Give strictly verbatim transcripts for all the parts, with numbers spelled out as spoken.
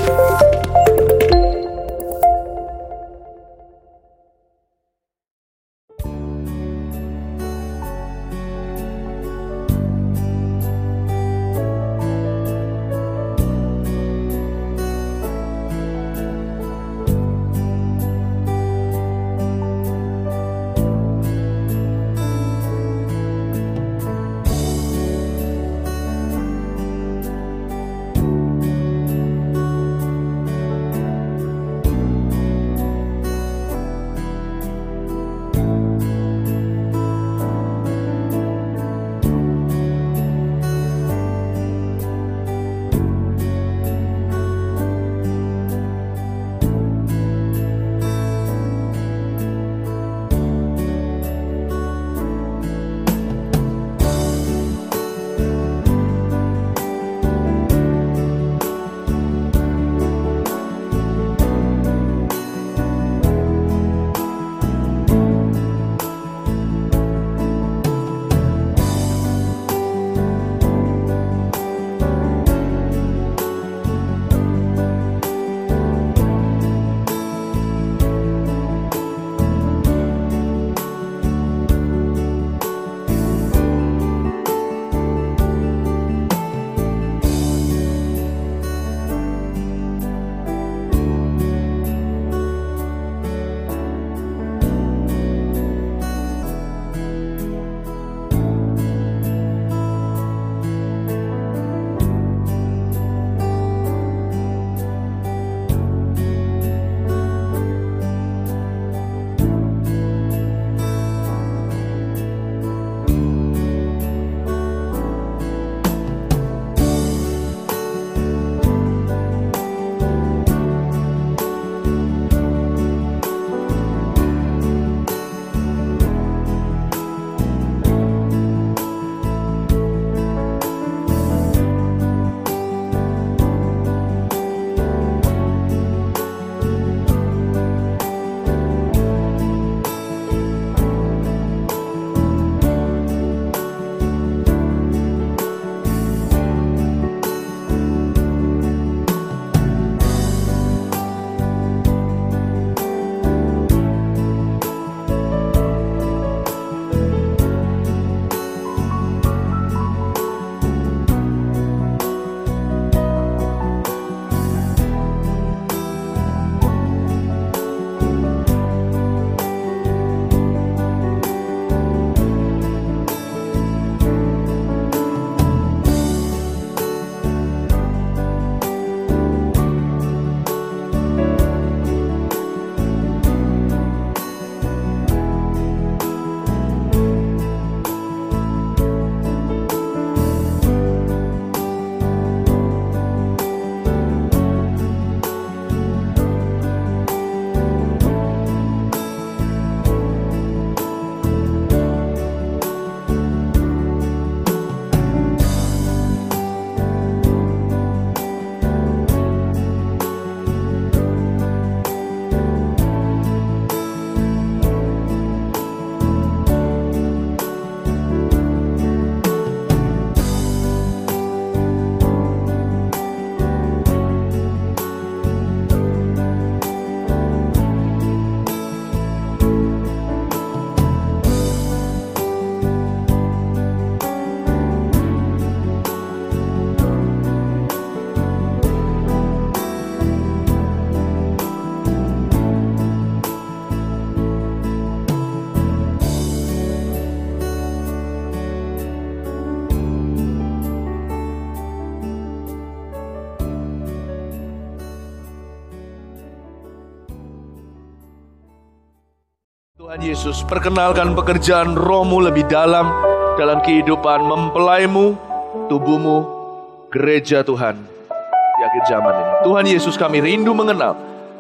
Tuhan Yesus, perkenalkan pekerjaan Roh-Mu lebih dalam dalam kehidupan mempelaimu, tubuhmu, gereja Tuhan di akhir zaman ini. Tuhan Yesus, kami rindu mengenal,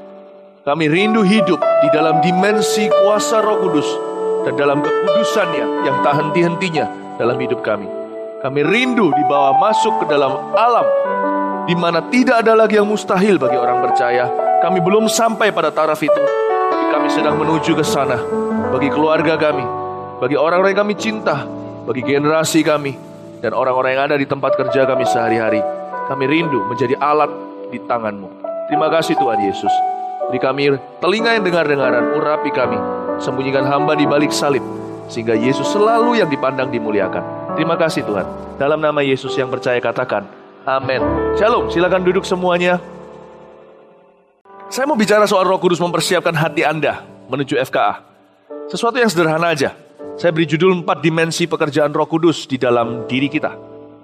kami rindu hidup di dalam dimensi kuasa Roh Kudus dan dalam kekudusannya yang tak henti-hentinya dalam hidup kami. Kami rindu dibawa masuk ke dalam alam di mana tidak ada lagi yang mustahil bagi orang percaya. Kami belum sampai pada taraf itu, tapi kami sedang menuju ke sana. Bagi keluarga kami, bagi orang-orang yang kami cinta, bagi generasi kami, dan orang-orang yang ada di tempat kerja kami sehari-hari. Kami rindu menjadi alat di tangan-Mu. Terima kasih Tuhan Yesus. Beri kami telinga yang dengar-dengaran, urapi kami. Sembunyikan hamba di balik salib, sehingga Yesus selalu yang dipandang dimuliakan. Terima kasih Tuhan. Dalam nama Yesus yang percaya katakan, amin. Shalom, silakan duduk semuanya. Saya mau bicara soal Roh Kudus mempersiapkan hati Anda menuju F K A. Sesuatu yang sederhana aja. Saya beri judul empat dimensi pekerjaan Roh Kudus di dalam diri kita.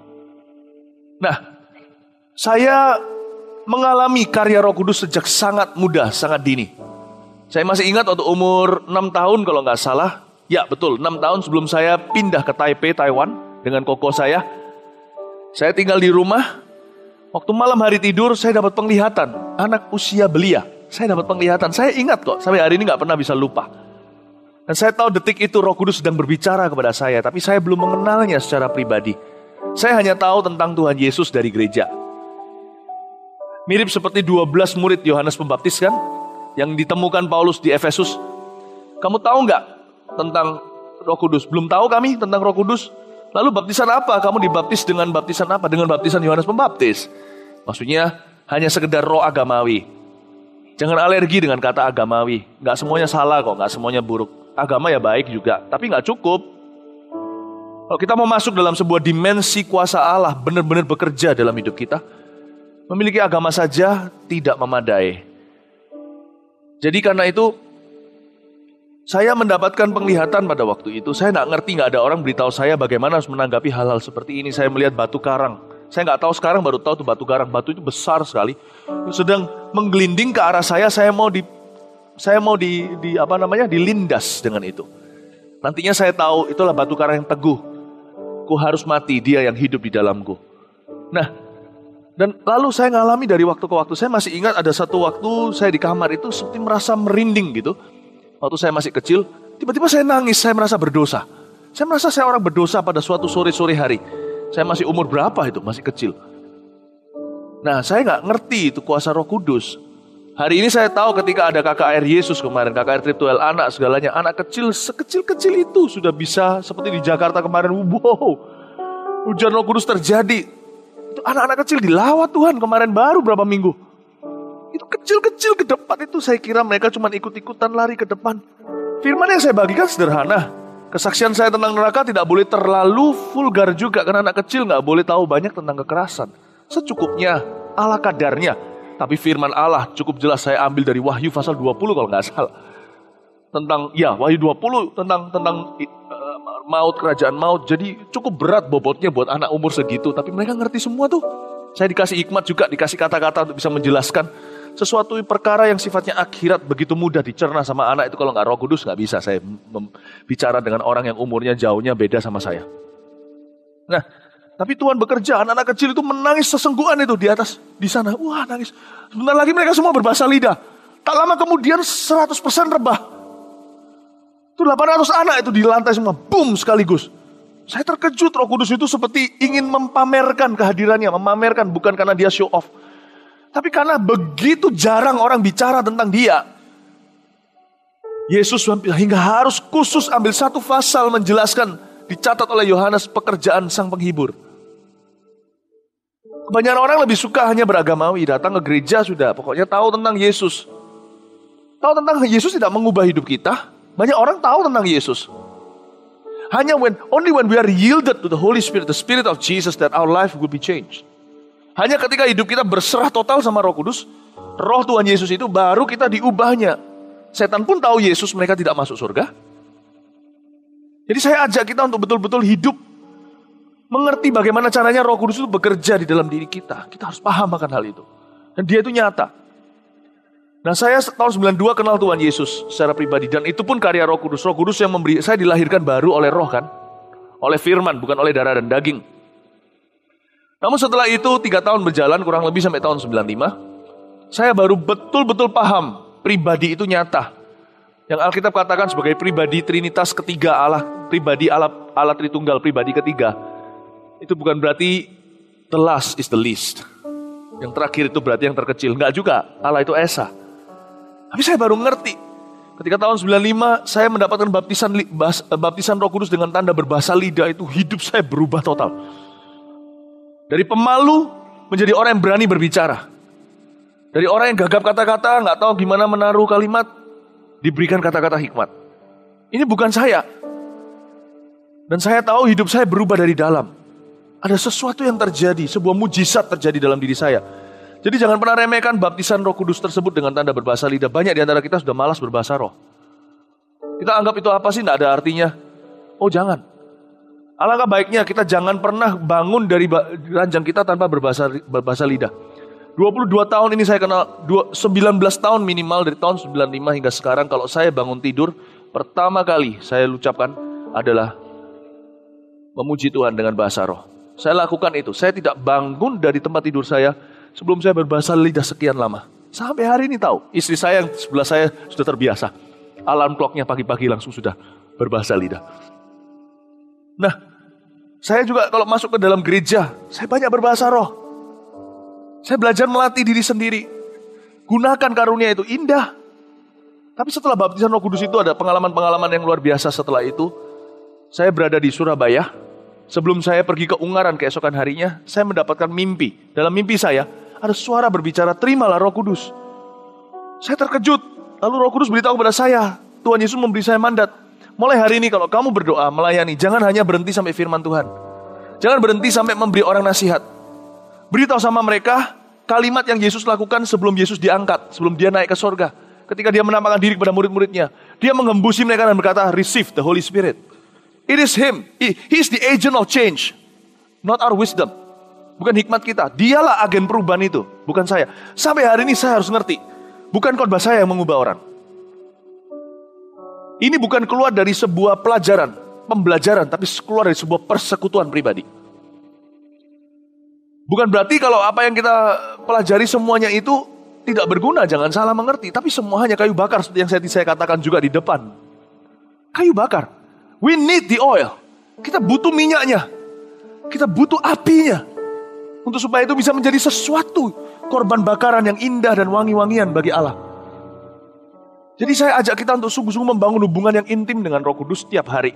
Nah, saya mengalami karya Roh Kudus sejak sangat muda, sangat dini. Saya masih ingat waktu umur enam tahun kalau nggak salah. Ya betul, enam tahun sebelum saya pindah ke Taipei, Taiwan dengan koko saya. Saya tinggal di rumah. Waktu malam hari tidur saya dapat penglihatan. Anak usia belia, saya dapat penglihatan. Saya ingat kok, sampai hari ini nggak pernah bisa lupa. Dan saya tahu detik itu Roh Kudus sedang berbicara kepada saya. Tapi saya belum mengenalnya secara pribadi. Saya hanya tahu tentang Tuhan Yesus dari gereja. Mirip seperti dua belas murid Yohanes Pembaptis kan, yang ditemukan Paulus di Efesus. Kamu tahu nggak tentang Roh Kudus? Belum tahu kami tentang Roh Kudus. Lalu baptisan apa? Kamu dibaptis dengan baptisan apa? Dengan baptisan Yohanes Pembaptis. Maksudnya hanya sekedar roh agamawi. Jangan alergi dengan kata agamawi. Nggak semuanya salah kok, nggak semuanya buruk. Agama ya baik juga, tapi nggak cukup. Kalau kita mau masuk dalam sebuah dimensi kuasa Allah, benar-benar bekerja dalam hidup kita, memiliki agama saja tidak memadai. Jadi karena itu, saya mendapatkan penglihatan pada waktu itu. Saya nggak ngerti, nggak ada orang beritahu saya bagaimana harus menanggapi hal-hal seperti ini. Saya melihat batu karang. Saya nggak tahu, sekarang baru tahu itu batu karang. Batu itu besar sekali. Itu sedang menggelinding ke arah saya. Saya mau di, saya mau di, di apa namanya, dilindas dengan itu. Nantinya saya tahu itulah batu karang yang teguh. Ku harus mati, dia yang hidup di dalamku. Nah, dan lalu saya ngalami dari waktu ke waktu. Saya masih ingat ada satu waktu saya di kamar itu seperti merasa merinding gitu. Waktu saya masih kecil, tiba-tiba saya nangis, saya merasa berdosa. Saya merasa saya orang berdosa pada suatu sore-sore hari. Saya masih umur berapa itu, masih kecil. Nah, saya nggak ngerti itu kuasa Roh Kudus. Hari ini saya tahu ketika ada K K R Yesus kemarin, K K R Triptuel anak segalanya. Anak kecil, sekecil-kecil itu sudah bisa, seperti di Jakarta kemarin, wow, hujan Roh Kudus terjadi. Itu anak-anak kecil dilawat Tuhan kemarin baru berapa minggu. Itu kecil-kecil ke depan itu saya kira mereka cuma ikut-ikutan lari ke depan. Firman yang saya bagikan sederhana. Kesaksian saya tentang neraka tidak boleh terlalu vulgar juga. Karena anak kecil gak boleh tahu banyak tentang kekerasan. Secukupnya, ala kadarnya. Tapi firman Allah cukup jelas saya ambil dari Wahyu pasal dua puluh kalau gak salah. Tentang, ya Wahyu dua puluh tentang tentang uh, maut, kerajaan maut. Jadi cukup berat bobotnya buat anak umur segitu. Tapi mereka ngerti semua tuh. Saya dikasih hikmat juga, dikasih kata-kata untuk bisa menjelaskan sesuatu perkara yang sifatnya akhirat begitu mudah dicerna sama anak itu. Kalau nggak Roh Kudus nggak bisa saya bicara dengan orang yang umurnya jauhnya beda sama saya. Nah, tapi Tuhan bekerja, anak-anak kecil itu menangis sesenggukan itu di atas, di sana. Wah, nangis. Sebentar lagi mereka semua berbahasa lidah. Tak lama kemudian seratus persen rebah. Itu delapan ratus anak itu di lantai semua, boom sekaligus. Saya terkejut, Roh Kudus itu seperti ingin memamerkan kehadirannya, memamerkan bukan karena dia show off. Tapi karena begitu jarang orang bicara tentang dia. Yesus hingga harus khusus ambil satu pasal menjelaskan, dicatat oleh Yohanes pekerjaan sang penghibur. Kebanyakan orang lebih suka hanya beragamawi, datang ke gereja sudah, pokoknya tahu tentang Yesus. Tahu tentang Yesus tidak mengubah hidup kita. Banyak orang tahu tentang Yesus. Hanya when, only when we are yielded to the Holy Spirit, the Spirit of Jesus, that our life will be changed. Hanya ketika hidup kita berserah total sama Roh Kudus, Roh Tuhan Yesus itu baru kita diubahnya. Setan pun tahu Yesus, mereka tidak masuk surga. Jadi saya ajak kita untuk betul-betul hidup, mengerti bagaimana caranya Roh Kudus itu bekerja di dalam diri kita. Kita harus paham akan hal itu. Dan dia itu nyata. Nah, saya tahun sembilan puluh dua kenal Tuhan Yesus secara pribadi. Dan itu pun karya Roh Kudus. Roh Kudus yang memberi, saya dilahirkan baru oleh Roh kan. Oleh firman, bukan oleh darah dan daging. Namun setelah itu tiga tahun berjalan, kurang lebih sampai tahun sembilan puluh lima, saya baru betul-betul paham pribadi itu nyata. Yang Alkitab katakan sebagai pribadi Trinitas ketiga Allah, pribadi Allah, Allah Tritunggal, pribadi ketiga. Itu bukan berarti the last is the least. Yang terakhir itu berarti yang terkecil. Enggak juga, Allah itu Esa. Tapi saya baru ngerti. Ketika tahun sembilan puluh lima, saya mendapatkan baptisan, baptisan Roh Kudus dengan tanda berbahasa lidah, itu hidup saya berubah total. Dari pemalu menjadi orang yang berani berbicara. Dari orang yang gagap kata-kata, gak tahu gimana menaruh kalimat, diberikan kata-kata hikmat. Ini bukan saya. Dan saya tahu hidup saya berubah dari dalam. Ada sesuatu yang terjadi, sebuah mujizat terjadi dalam diri saya. Jadi jangan pernah remehkan baptisan Roh Kudus tersebut dengan tanda berbahasa lidah. Banyak di antara kita sudah malas berbahasa roh. Kita anggap itu apa sih? Tidak ada artinya. Oh jangan. Alangkah baiknya kita jangan pernah bangun dari ranjang kita tanpa berbahasa, berbahasa lidah. dua puluh dua tahun ini saya kenal, sembilan belas tahun minimal dari tahun sembilan puluh lima hingga sekarang. Kalau saya bangun tidur, pertama kali saya ucapkan adalah memuji Tuhan dengan bahasa roh. Saya lakukan itu. Saya tidak bangun dari tempat tidur saya sebelum saya berbahasa lidah sekian lama. Sampai hari ini tahu. Istri saya yang sebelah saya sudah terbiasa. Alarm clocknya pagi-pagi langsung sudah berbahasa lidah. Nah, saya juga kalau masuk ke dalam gereja, saya banyak berbahasa roh. Saya belajar melatih diri sendiri. Gunakan karunia itu, indah. Tapi setelah baptisan Roh Kudus itu ada pengalaman-pengalaman yang luar biasa setelah itu. Saya berada di Surabaya. Sebelum saya pergi ke Ungaran keesokan harinya, saya mendapatkan mimpi. Dalam mimpi saya, ada suara berbicara, terimalah Roh Kudus. Saya terkejut. Lalu Roh Kudus beritahu kepada saya, Tuhan Yesus memberi saya mandat. Mulai hari ini kalau kamu berdoa, melayani, jangan hanya berhenti sampai firman Tuhan. Jangan berhenti sampai memberi orang nasihat. Beritahu sama mereka kalimat yang Yesus lakukan sebelum Yesus diangkat, sebelum dia naik ke sorga. Ketika dia menampakkan diri kepada murid-muridnya, dia mengembusi mereka dan berkata, receive the Holy Spirit. It is Him. He is the agent of change. Not our wisdom. Bukan hikmat kita. Dialah agen perubahan itu. Bukan saya. Sampai hari ini saya harus ngerti. Bukan khotbah saya yang mengubah orang. Ini bukan keluar dari sebuah pelajaran, pembelajaran, tapi keluar dari sebuah persekutuan pribadi. Bukan berarti kalau apa yang kita pelajari semuanya itu tidak berguna, jangan salah mengerti. Tapi semua hanya kayu bakar seperti yang saya, saya katakan juga di depan. Kayu bakar. We need the oil. Kita butuh minyaknya. Kita butuh apinya. Untuk supaya itu bisa menjadi sesuatu korban bakaran yang indah dan wangi-wangian bagi Allah. Jadi saya ajak kita untuk sungguh-sungguh membangun hubungan yang intim dengan Roh Kudus setiap hari.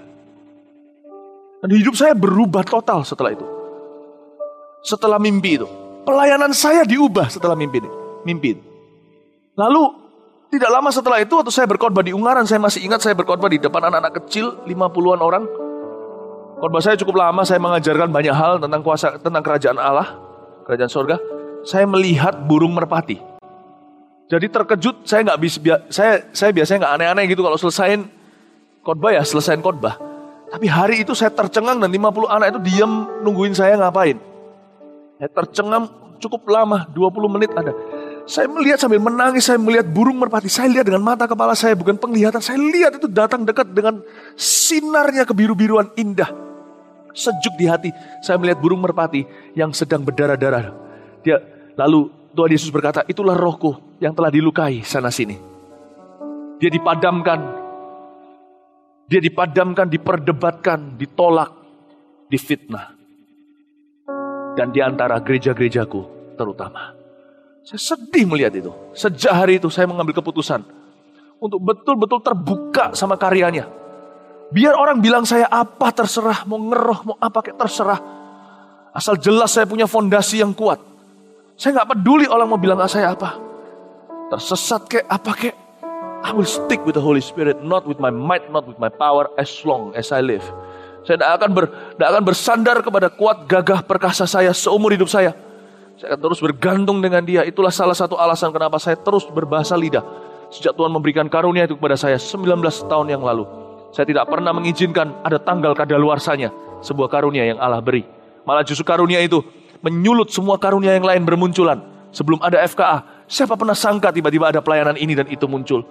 Dan hidup saya berubah total setelah itu. Setelah mimpi itu. Pelayanan saya diubah setelah mimpi ini. Mimpi itu. Lalu tidak lama setelah itu waktu saya berkhotbah di Ungaran, saya masih ingat saya berkhotbah di depan anak-anak kecil, lima puluhan orang. Khotbah saya cukup lama, saya mengajarkan banyak hal tentang kuasa, tentang kerajaan Allah, kerajaan sorga. Saya melihat burung merpati. Jadi terkejut, saya nggak bisa, saya saya biasanya nggak aneh-aneh gitu kalau selesain khotbah ya, selesain khotbah. Tapi hari itu saya tercengang dan lima puluh anak itu diam nungguin saya ngapain. Saya tercengang cukup lama, dua puluh menit ada. Saya melihat sambil menangis, saya melihat burung merpati. Saya lihat dengan mata kepala saya, bukan penglihatan. Saya lihat itu datang dekat dengan sinarnya kebiru-biruan indah. Sejuk di hati. Saya melihat burung merpati yang sedang berdarah-darah. Dia lalu Tuhan Yesus berkata, itulah rohku yang telah dilukai sana-sini. Dia dipadamkan. Dia dipadamkan, diperdebatkan, ditolak, difitnah. Dan di antara gereja-gerejaku terutama. Saya sedih melihat itu. Sejak hari itu saya mengambil keputusan untuk betul-betul terbuka sama karyanya. Biar orang bilang saya apa terserah, mau ngeroh, mau apa kayak terserah. Asal jelas saya punya fondasi yang kuat. Saya gak peduli orang mau bilang saya apa. Tersesat kayak apa kayak. I will stick with the Holy Spirit, not with my might, not with my power, as long as I live. Saya tidak akan, ber, tidak akan bersandar kepada kuat gagah perkasa saya seumur hidup saya. Saya akan terus bergantung dengan dia. Itulah salah satu alasan kenapa saya terus berbahasa lidah. Sejak Tuhan memberikan karunia itu kepada saya sembilan belas tahun yang lalu. Saya tidak pernah mengizinkan ada tanggal kadaluarsanya sebuah karunia yang Allah beri. Malah justru karunia itu menyulut semua karunia yang lain bermunculan. Sebelum ada F K A, siapa pernah sangka tiba-tiba ada pelayanan ini dan itu muncul.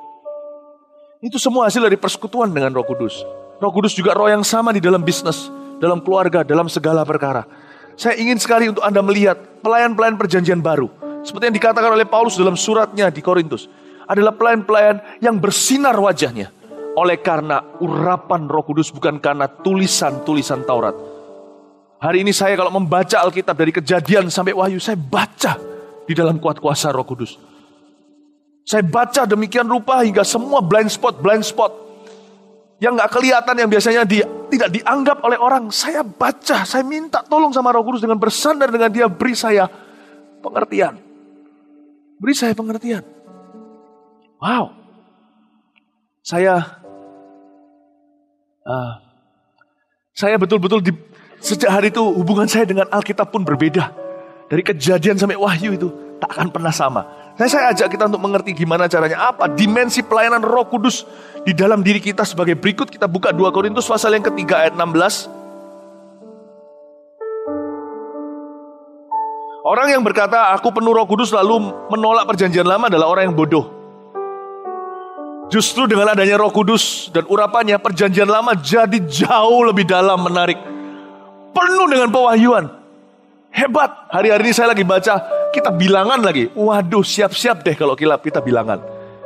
Itu semua hasil dari persekutuan dengan Roh Kudus. Roh Kudus juga roh yang sama di dalam bisnis, dalam keluarga, dalam segala perkara. Saya ingin sekali untuk Anda melihat pelayan-pelayan perjanjian baru. Seperti yang dikatakan oleh Paulus dalam suratnya di Korintus. Adalah pelayan-pelayan yang bersinar wajahnya. Oleh karena urapan Roh Kudus, bukan karena tulisan-tulisan Taurat. Hari ini saya kalau membaca Alkitab dari Kejadian sampai Wahyu, saya baca di dalam kuat kuasa Roh Kudus. Saya baca demikian rupa hingga semua blind spot, blind spot. Yang gak kelihatan, yang biasanya di, tidak dianggap oleh orang. Saya baca, saya minta tolong sama Roh Kudus dengan bersandar dengan dia, beri saya pengertian. Beri saya pengertian. Wow. Saya uh, saya betul-betul di, sejak hari itu hubungan saya dengan Alkitab pun berbeda. Dari Kejadian sampai Wahyu itu tak akan pernah sama. Saya, saya ajak kita untuk mengerti gimana caranya, apa dimensi pelayanan Roh Kudus di dalam diri kita sebagai berikut. Kita buka dua Korintus pasal yang ketiga ayat enam belas. Orang yang berkata, aku penuh Roh Kudus lalu menolak perjanjian lama adalah orang yang bodoh. Justru dengan adanya Roh Kudus dan urapannya, perjanjian lama jadi jauh lebih dalam, menarik. Penuh dengan pewahyuan. Hebat. Hari-hari ini saya lagi baca, kita bilangan lagi. Waduh, siap-siap deh kalau kilap kita bilangan.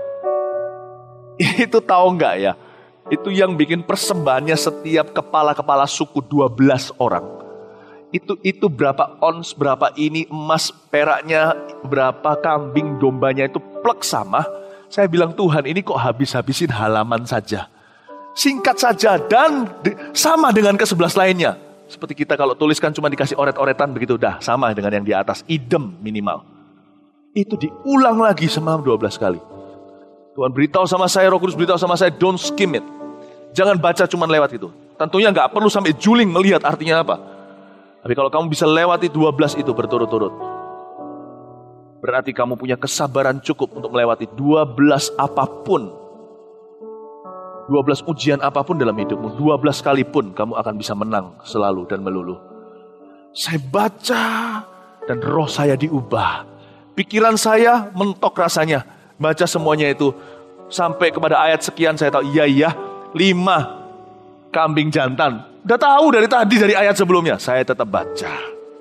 Itu tahu nggak ya? Itu yang bikin persembahannya setiap kepala-kepala suku dua belas orang. Itu itu berapa ons, berapa ini emas, peraknya, berapa kambing, dombanya itu plek sama. Saya bilang, Tuhan ini kok habis-habisin halaman saja. Singkat saja dan de, sama dengan ke sebelas lainnya. Seperti kita kalau tuliskan cuma dikasih oret-oretan begitu, dah sama dengan yang di atas, idem minimal. Itu diulang lagi semalam dua belas kali. Tuhan beritahu sama saya, Roh Kudus beritahu sama saya, don't skim it. Jangan baca cuma lewat itu. Tentunya gak perlu sampai juling melihat artinya apa. Tapi kalau kamu bisa lewati dua belas itu berturut-turut, berarti kamu punya kesabaran cukup untuk melewati dua belas apapun. dua belas ujian apapun dalam hidupmu. dua belas kali pun kamu akan bisa menang selalu dan melulu. Saya baca dan roh saya diubah. Pikiran saya mentok rasanya. Baca semuanya itu. Sampai kepada ayat sekian saya tahu, iya iya, lima kambing jantan. Udah tahu dari tadi, dari ayat sebelumnya. Saya tetap baca.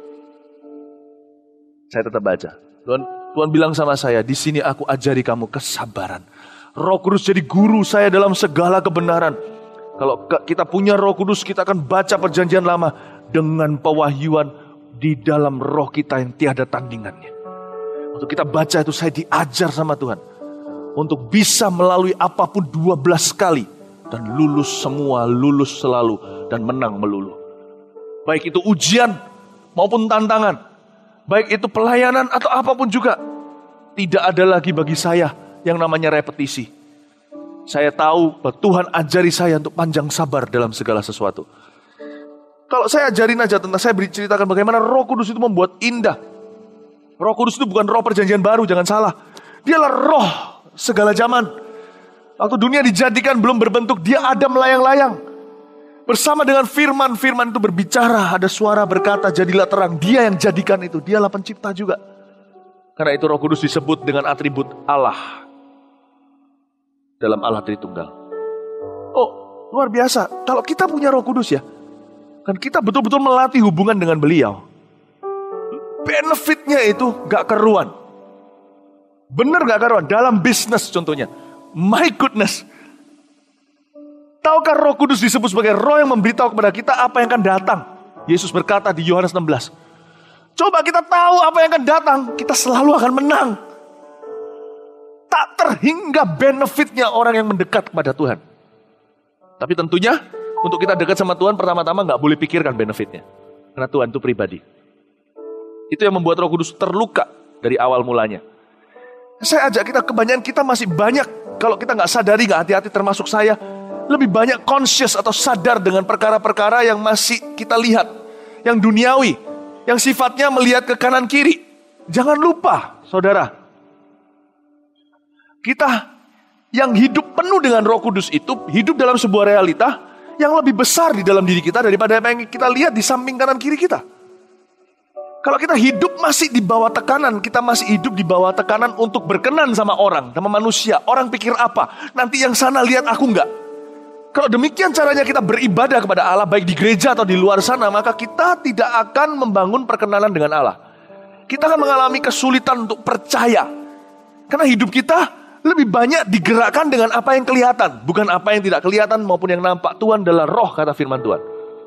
Saya tetap baca. Tuhan, Tuhan bilang sama saya, di sini aku ajari kamu kesabaran. Roh Kudus jadi guru saya dalam segala kebenaran. Kalau kita punya Roh Kudus, kita akan baca perjanjian lama dengan pewahyuan di dalam roh kita yang tiada tandingannya. Untuk kita baca itu, saya diajar sama Tuhan untuk bisa melalui apapun dua belas kali. Dan lulus semua, lulus selalu, dan menang melulu. Baik itu ujian maupun tantangan. Baik itu pelayanan atau apapun juga. Tidak ada lagi bagi saya yang namanya repetisi. Saya tahu bahwa Tuhan ajari saya untuk panjang sabar dalam segala sesuatu. Kalau saya ajarin aja tentang, saya beri ceritakan bagaimana Roh Kudus itu membuat indah. Roh Kudus itu bukan roh perjanjian baru, jangan salah. Dialah roh segala zaman. Waktu dunia dijadikan belum berbentuk, dia ada melayang-layang. Bersama dengan firman, firman itu berbicara, ada suara berkata, jadilah terang. Dia yang jadikan itu, dialah pencipta juga. Karena itu Roh Kudus disebut dengan atribut Allah. Dalam Allah Tritunggal. Oh, luar biasa. Kalau kita punya Roh Kudus ya, kan kita betul-betul melatih hubungan dengan beliau. Benefitnya itu gak keruan. Bener gak keruan? Dalam bisnis contohnya. My goodness. Tahukah Roh Kudus disebut sebagai roh yang memberitahu kepada kita apa yang akan datang? Yesus berkata di Yohanes enam belas. Coba kita tahu apa yang akan datang, kita selalu akan menang. Tak terhingga benefitnya orang yang mendekat kepada Tuhan. Tapi tentunya untuk kita dekat sama Tuhan, pertama-tama gak boleh pikirkan benefitnya. Karena Tuhan itu pribadi. Itu yang membuat Roh Kudus terluka dari awal mulanya. Saya ajak kita, kebanyakan kita masih banyak. Kalau kita gak sadari, gak hati-hati, termasuk saya, lebih banyak conscious atau sadar dengan perkara-perkara yang masih kita lihat. Yang duniawi. Yang sifatnya melihat ke kanan kiri. Jangan lupa, saudara. Kita yang hidup penuh dengan Roh Kudus itu, hidup dalam sebuah realita yang lebih besar di dalam diri kita daripada apa yang kita lihat di samping kanan kiri kita. Kalau kita hidup masih di bawah tekanan, kita masih hidup di bawah tekanan untuk berkenan sama orang, sama manusia. Orang pikir apa? Nanti yang sana lihat aku enggak. Kalau demikian caranya kita beribadah kepada Allah, baik di gereja atau di luar sana, maka kita tidak akan membangun perkenanan dengan Allah. Kita akan mengalami kesulitan untuk percaya. Karena hidup kita lebih banyak digerakkan dengan apa yang kelihatan, bukan apa yang tidak kelihatan maupun yang nampak. Tuhan adalah roh, kata firman Tuhan.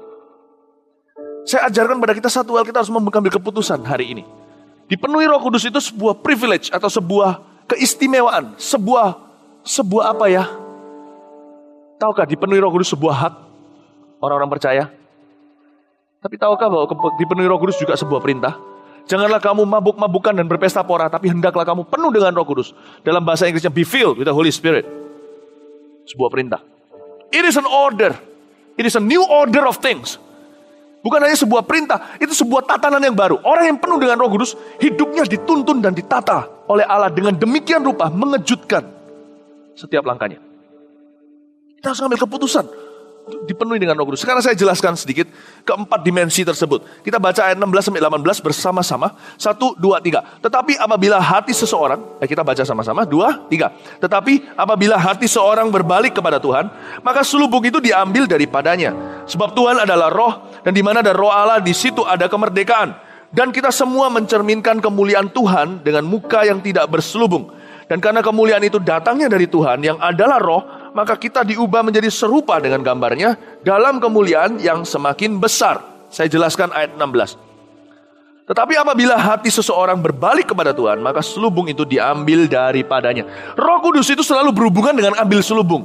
Saya ajarkan pada kita satu hal, kita harus mengambil keputusan hari ini. Dipenuhi Roh Kudus itu sebuah privilege atau sebuah keistimewaan, sebuah sebuah apa ya? Tahukah dipenuhi Roh Kudus sebuah hak orang-orang percaya? Tapi tahukah bahwa dipenuhi Roh Kudus juga sebuah perintah? Janganlah kamu mabuk-mabukan dan berpesta pora, tapi hendaklah kamu penuh dengan Roh Kudus. Dalam bahasa Inggrisnya, be filled with the Holy Spirit. Sebuah perintah. It is an order. It is a new order of things. Bukan hanya sebuah perintah, itu sebuah tatanan yang baru. Orang yang penuh dengan Roh Kudus, hidupnya dituntun dan ditata oleh Allah dengan demikian rupa mengejutkan setiap langkahnya. Kita harus ambil keputusan dipenuhi dengan Roh Kudus. Sekarang saya jelaskan sedikit keempat dimensi tersebut. Kita baca ayat enam belas sampai delapan belas bersama-sama. Satu, dua, tiga. Tetapi apabila hati seseorang, eh kita baca sama-sama. Dua, tiga. Tetapi apabila hati seorang berbalik kepada Tuhan, maka selubung itu diambil daripadanya. Sebab Tuhan adalah Roh, dan di mana ada Roh Allah, di situ ada kemerdekaan. Dan kita semua mencerminkan kemuliaan Tuhan dengan muka yang tidak berselubung. Dan karena kemuliaan itu datangnya dari Tuhan yang adalah Roh, maka kita diubah menjadi serupa dengan gambarnya dalam kemuliaan yang semakin besar. Saya jelaskan ayat enam belas. Tetapi apabila hati seseorang berbalik kepada Tuhan, maka selubung itu diambil daripadanya. Roh Kudus itu selalu berhubungan dengan ambil selubung.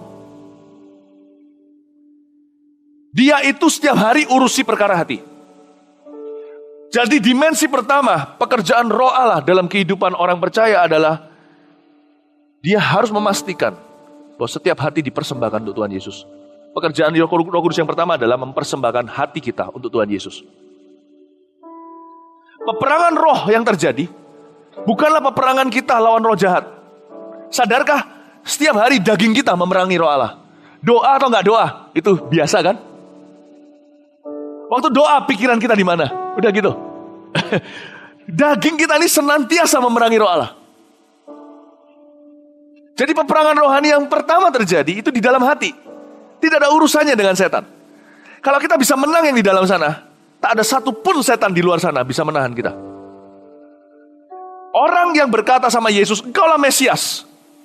Dia itu setiap hari urusi perkara hati. Jadi dimensi pertama pekerjaan Roh Allah dalam kehidupan orang percaya adalah dia harus memastikan bahwa setiap hati dipersembahkan untuk Tuhan Yesus. Pekerjaan Roh Kudus yang pertama adalah mempersembahkan hati kita untuk Tuhan Yesus. Peperangan roh yang terjadi bukanlah peperangan kita lawan roh jahat. Sadarkah setiap hari daging kita memerangi Roh Allah? Doa atau enggak doa? Itu biasa kan? Waktu doa pikiran kita di mana? Udah gitu. Daging kita ini senantiasa memerangi Roh Allah. Jadi peperangan rohani yang pertama terjadi itu di dalam hati. Tidak ada urusannya dengan setan. Kalau kita bisa menang yang di dalam sana, tak ada satupun setan di luar sana bisa menahan kita. Orang yang berkata sama Yesus, engkaulah Mesias.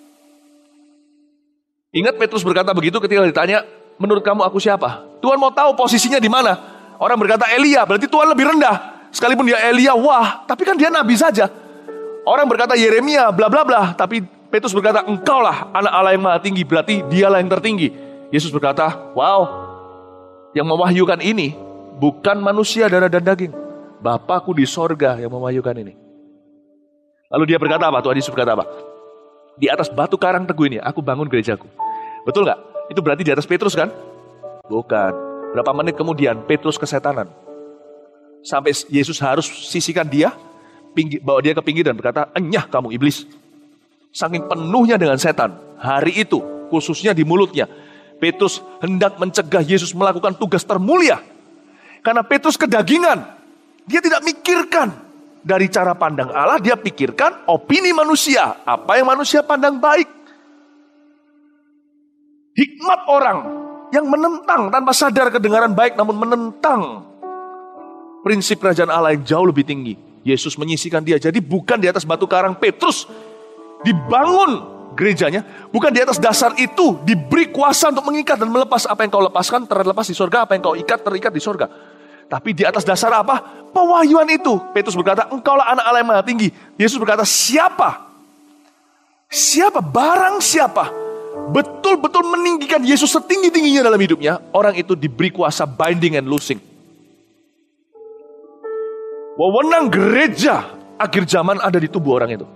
Ingat Petrus berkata begitu ketika ditanya, menurut kamu aku siapa? Tuhan mau tahu posisinya di mana. Orang berkata Elia, berarti Tuhan lebih rendah. Sekalipun dia Elia, wah, tapi kan dia nabi saja. Orang berkata Yeremia, bla bla bla, tapi Petrus berkata, engkaulah anak Allah yang maha tinggi, berarti dialah yang tertinggi. Yesus berkata, wow, yang mewahyukan ini bukan manusia darah dan daging. Bapakku di sorga yang mewahyukan ini. Lalu dia berkata apa? Tuhan Yesus berkata apa? Di atas batu karang teguh ini, aku bangun gerejaku. Betul gak? Itu berarti di atas Petrus kan? Bukan. Berapa menit kemudian, Petrus kesetanan. Sampai Yesus harus sisihkan dia, pinggir, bawa dia ke pinggir dan berkata, enyah kamu iblis. Saking penuhnya dengan setan, hari itu, khususnya di mulutnya, Petrus hendak mencegah Yesus melakukan tugas termulia. Karena Petrus kedagingan, dia tidak mikirkan dari cara pandang Allah, dia pikirkan opini manusia, apa yang manusia pandang baik. Hikmat orang yang menentang tanpa sadar kedengaran baik, namun menentang prinsip kerajaan Allah yang jauh lebih tinggi. Yesus menyisihkan dia, jadi bukan di atas batu karang Petrus dibangun gerejanya, bukan di atas dasar itu diberi kuasa untuk mengikat dan melepas. Apa yang kau lepaskan terlepas di sorga, apa yang kau ikat terikat di sorga. Tapi di atas dasar apa? Pewahyuan itu. Petrus berkata, engkaulah anak Allah yang maha tinggi. Yesus berkata, siapa? Siapa? Barang siapa? Betul-betul meninggikan Yesus setinggi-tingginya dalam hidupnya, orang itu diberi kuasa binding and loosing. Wewenang gereja akhir zaman ada di tubuh orang itu.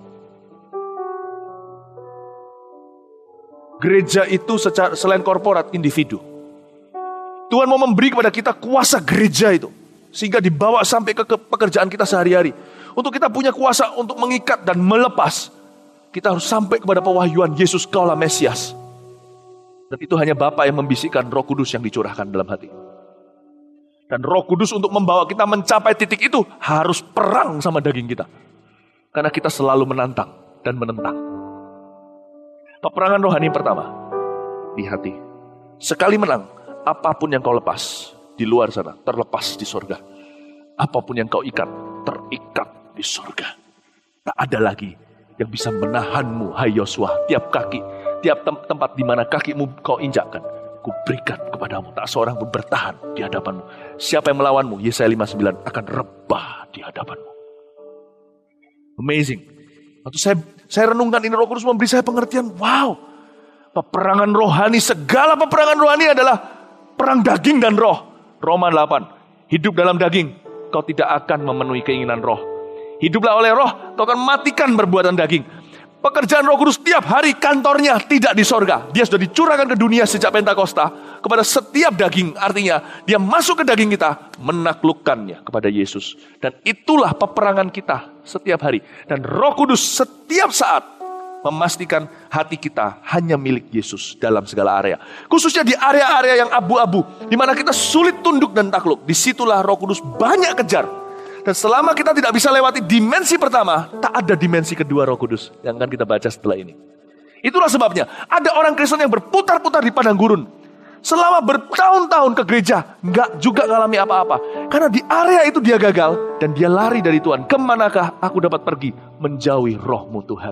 Gereja itu secara, selain korporat, individu. Tuhan mau memberi kepada kita kuasa gereja itu. Sehingga dibawa sampai ke, ke pekerjaan kita sehari-hari. Untuk kita punya kuasa untuk mengikat dan melepas. Kita harus sampai kepada pewahyuan Yesus kaulah Mesias. Dan itu hanya Bapa yang membisikkan Roh Kudus yang dicurahkan dalam hati. Dan Roh Kudus untuk membawa kita mencapai titik itu harus perang sama daging kita. Karena kita selalu menantang dan menentang. Peperangan rohani yang pertama di hati. Sekali menang, apapun yang kau lepas di luar sana terlepas di sorga. Apapun yang kau ikat terikat di sorga. Tak ada lagi yang bisa menahanmu, hai Yosua. Tiap kaki, tiap tem- tempat di mana kakimu kau injakkan, kuberikan kepadamu. Tak seorang pun bertahan di hadapanmu. Siapa yang melawanmu, Yesaya lima puluh sembilan, akan rebah di hadapanmu. Amazing. Waktu saya, saya renungkan ini, Roh Kudus memberi saya pengertian, wow, peperangan rohani, segala peperangan rohani adalah perang daging dan roh. Roma delapan, hidup dalam daging, kau tidak akan memenuhi keinginan roh. Hiduplah oleh roh, kau akan matikan perbuatan daging. Pekerjaan Roh Kudus tiap hari kantornya tidak di sorga. Dia sudah dicurahkan ke dunia sejak Pentakosta kepada setiap daging. Artinya dia masuk ke daging kita, menaklukkannya kepada Yesus. Dan itulah peperangan kita setiap hari. Dan Roh Kudus setiap saat memastikan hati kita hanya milik Yesus dalam segala area. Khususnya di area-area yang abu-abu, di mana kita sulit tunduk dan takluk. Disitulah Roh Kudus banyak kejar. Dan selama kita tidak bisa lewati dimensi pertama, tak ada dimensi kedua Roh Kudus yang akan kita baca setelah ini. Itulah sebabnya ada orang Kristen yang berputar-putar di padang gurun. Selama bertahun-tahun ke gereja, nggak juga ngalami apa-apa. Karena di area itu dia gagal dan dia lari dari Tuhan. Kemanakah aku dapat pergi? Menjauhi roh-Mu Tuhan.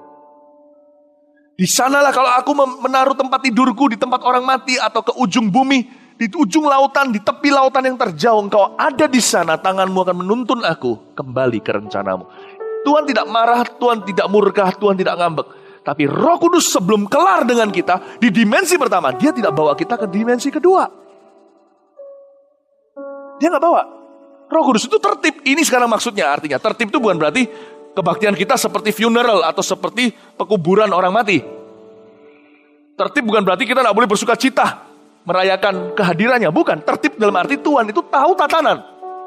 Di sanalah kalau aku menaruh tempat tidurku di tempat orang mati atau ke ujung bumi, di ujung lautan, di tepi lautan yang terjauh, engkau ada di sana, tanganmu akan menuntun aku kembali ke rencanamu. Tuhan tidak marah, Tuhan tidak murka, Tuhan tidak ngambek. Tapi Roh Kudus sebelum kelar dengan kita, di dimensi pertama, dia tidak bawa kita ke dimensi kedua. Dia nggak bawa. Roh Kudus itu tertib. Ini sekarang maksudnya, artinya tertib itu bukan berarti kebaktian kita seperti funeral atau seperti pekuburan orang mati. Tertib bukan berarti kita nggak boleh bersuka cita merayakan kehadirannya. Bukan, tertib dalam arti Tuhan itu tahu tatanan.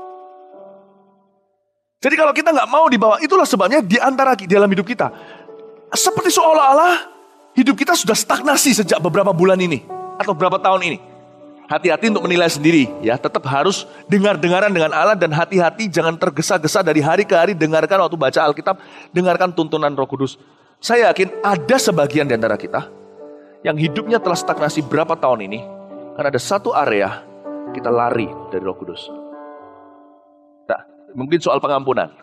Jadi kalau kita nggak mau dibawa, itulah sebabnya di antara di dalam hidup kita, seperti seolah-olah hidup kita sudah stagnasi sejak beberapa bulan ini atau beberapa tahun ini. Hati-hati untuk menilai sendiri, ya. Tetap harus dengar-dengaran dengan Allah dan hati-hati jangan tergesa-gesa dari hari ke hari. Dengarkan waktu baca Alkitab, dengarkan tuntunan Roh Kudus. Saya yakin ada sebagian di antara kita yang hidupnya telah stagnasi berapa tahun ini. Karena ada satu area kita lari dari Roh Kudus. Nah, mungkin soal pengampunan.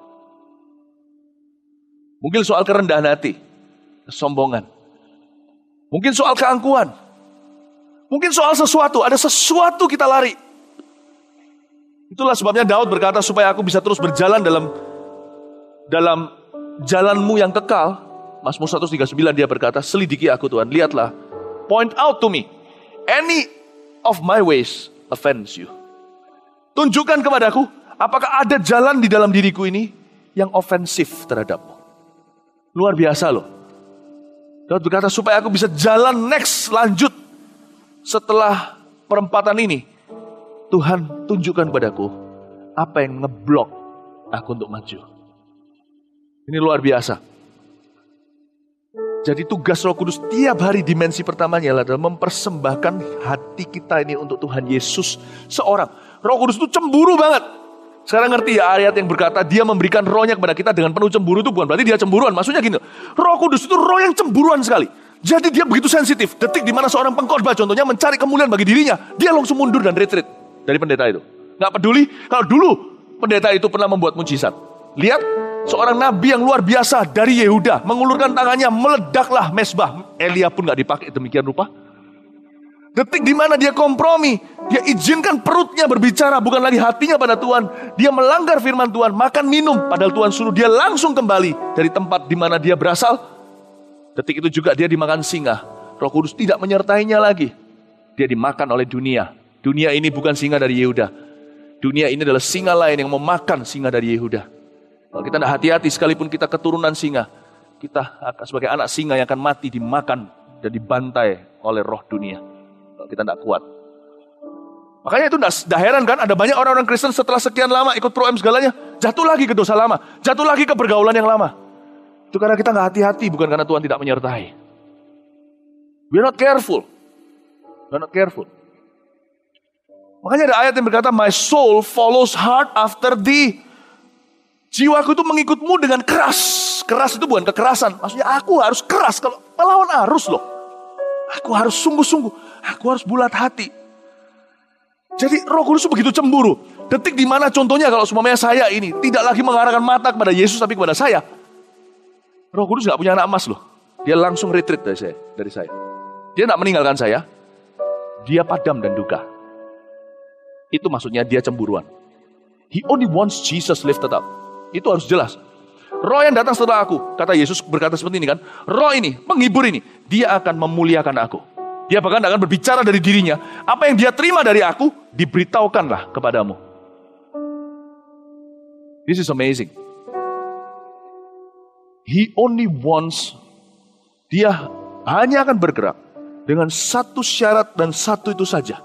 Mungkin soal kerendahan hati, kesombongan. Mungkin soal keangkuhan. Mungkin soal sesuatu, ada sesuatu kita lari. Itulah sebabnya Daud berkata, supaya aku bisa terus berjalan dalam dalam jalanmu yang kekal. Mazmur seratus tiga puluh sembilan dia berkata, selidiki aku Tuhan, lihatlah, point out to me any of my ways offends you. Tunjukkan kepadaku, apakah ada jalan di dalam diriku ini yang ofensif terhadapmu. Luar biasa loh. Daud berkata, supaya aku bisa jalan next, lanjut. Setelah perempatan ini, Tuhan tunjukkan padaku apa yang ngeblok aku untuk maju. Ini luar biasa. Jadi tugas Roh Kudus tiap hari dimensi pertamanya adalah mempersembahkan hati kita ini untuk Tuhan Yesus seorang. Roh Kudus itu cemburu banget. Sekarang ngerti ya ayat yang berkata dia memberikan rohnya kepada kita dengan penuh cemburu itu bukan berarti dia cemburuan. Maksudnya gini, Roh Kudus itu roh yang cemburuan sekali. Jadi dia begitu sensitif. Detik di mana seorang pengkhotbah contohnya mencari kemuliaan bagi dirinya, dia langsung mundur dan retreat dari pendeta itu. Gak peduli kalau dulu pendeta itu pernah membuat mujizat. Lihat, seorang nabi yang luar biasa dari Yehuda mengulurkan tangannya, meledaklah mesbah. Elia pun gak dipakai demikian rupa. Detik di mana dia kompromi, dia izinkan perutnya berbicara, bukan lagi hatinya pada Tuhan. Dia melanggar firman Tuhan, makan minum, padahal Tuhan suruh dia langsung kembali dari tempat di mana dia berasal. Detik itu juga dia dimakan singa. Roh Kudus tidak menyertainya lagi. Dia dimakan oleh dunia. Dunia ini bukan singa dari Yehuda. Dunia ini adalah singa lain yang memakan singa dari Yehuda. Kalau kita tidak hati-hati, sekalipun kita keturunan singa, kita akan sebagai anak singa yang akan mati dimakan dan dibantai oleh roh dunia. Kalau kita tidak kuat. Makanya itu tidak heran kan, ada banyak orang-orang Kristen setelah sekian lama ikut pro-em segalanya, jatuh lagi ke dosa lama, jatuh lagi ke pergaulan yang lama. Itu karena kita nggak hati-hati, bukan karena Tuhan tidak menyertai. We're not careful. We're not careful. Makanya ada ayat yang berkata, my soul follows hard after thee. Jiwaku itu mengikutmu dengan keras. Keras itu bukan kekerasan. Maksudnya aku harus keras kalau melawan arus loh. Aku harus sungguh-sungguh. Aku harus bulat hati. Jadi Roh Kudus begitu cemburu. Detik di mana contohnya kalau semuanya saya ini tidak lagi mengarahkan mata kepada Yesus tapi kepada saya. Roh Kudus gak punya anak emas loh. Dia langsung retreat dari saya. Dari saya. Dia gak meninggalkan saya. Dia padam dan duka. Itu maksudnya dia cemburuan. He only wants Jesus lifted up. Itu harus jelas. Roh yang datang setelah aku, kata Yesus berkata seperti ini kan. Roh ini, penghibur ini, dia akan memuliakan aku. Dia bahkan akan berbicara dari dirinya. Apa yang dia terima dari aku, diberitahukanlah kepadamu. This is amazing. He only wants, dia hanya akan bergerak dengan satu syarat dan satu itu saja.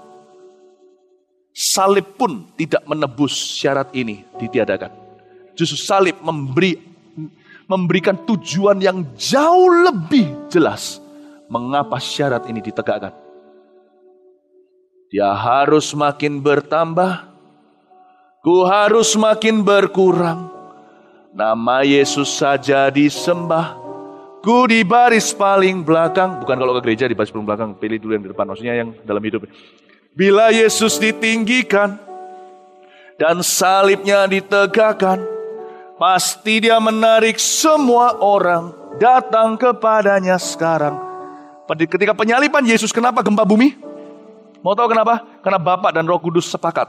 Salib pun tidak menebus syarat ini ditiadakan. Justru salib memberi memberikan tujuan yang jauh lebih jelas mengapa syarat ini ditegakkan. Dia harus makin bertambah, ku harus makin berkurang. Nama Yesus saja disembah, ku di baris paling belakang. Bukan kalau ke gereja di baris paling belakang, pilih dulu yang di depan. Maksudnya yang dalam hidup. Bila Yesus ditinggikan dan salibnya ditegakkan, pasti dia menarik semua orang datang kepadanya sekarang. Ketika penyaliban Yesus, kenapa gempa bumi? Mau tahu kenapa? Karena Bapa dan Roh Kudus sepakat.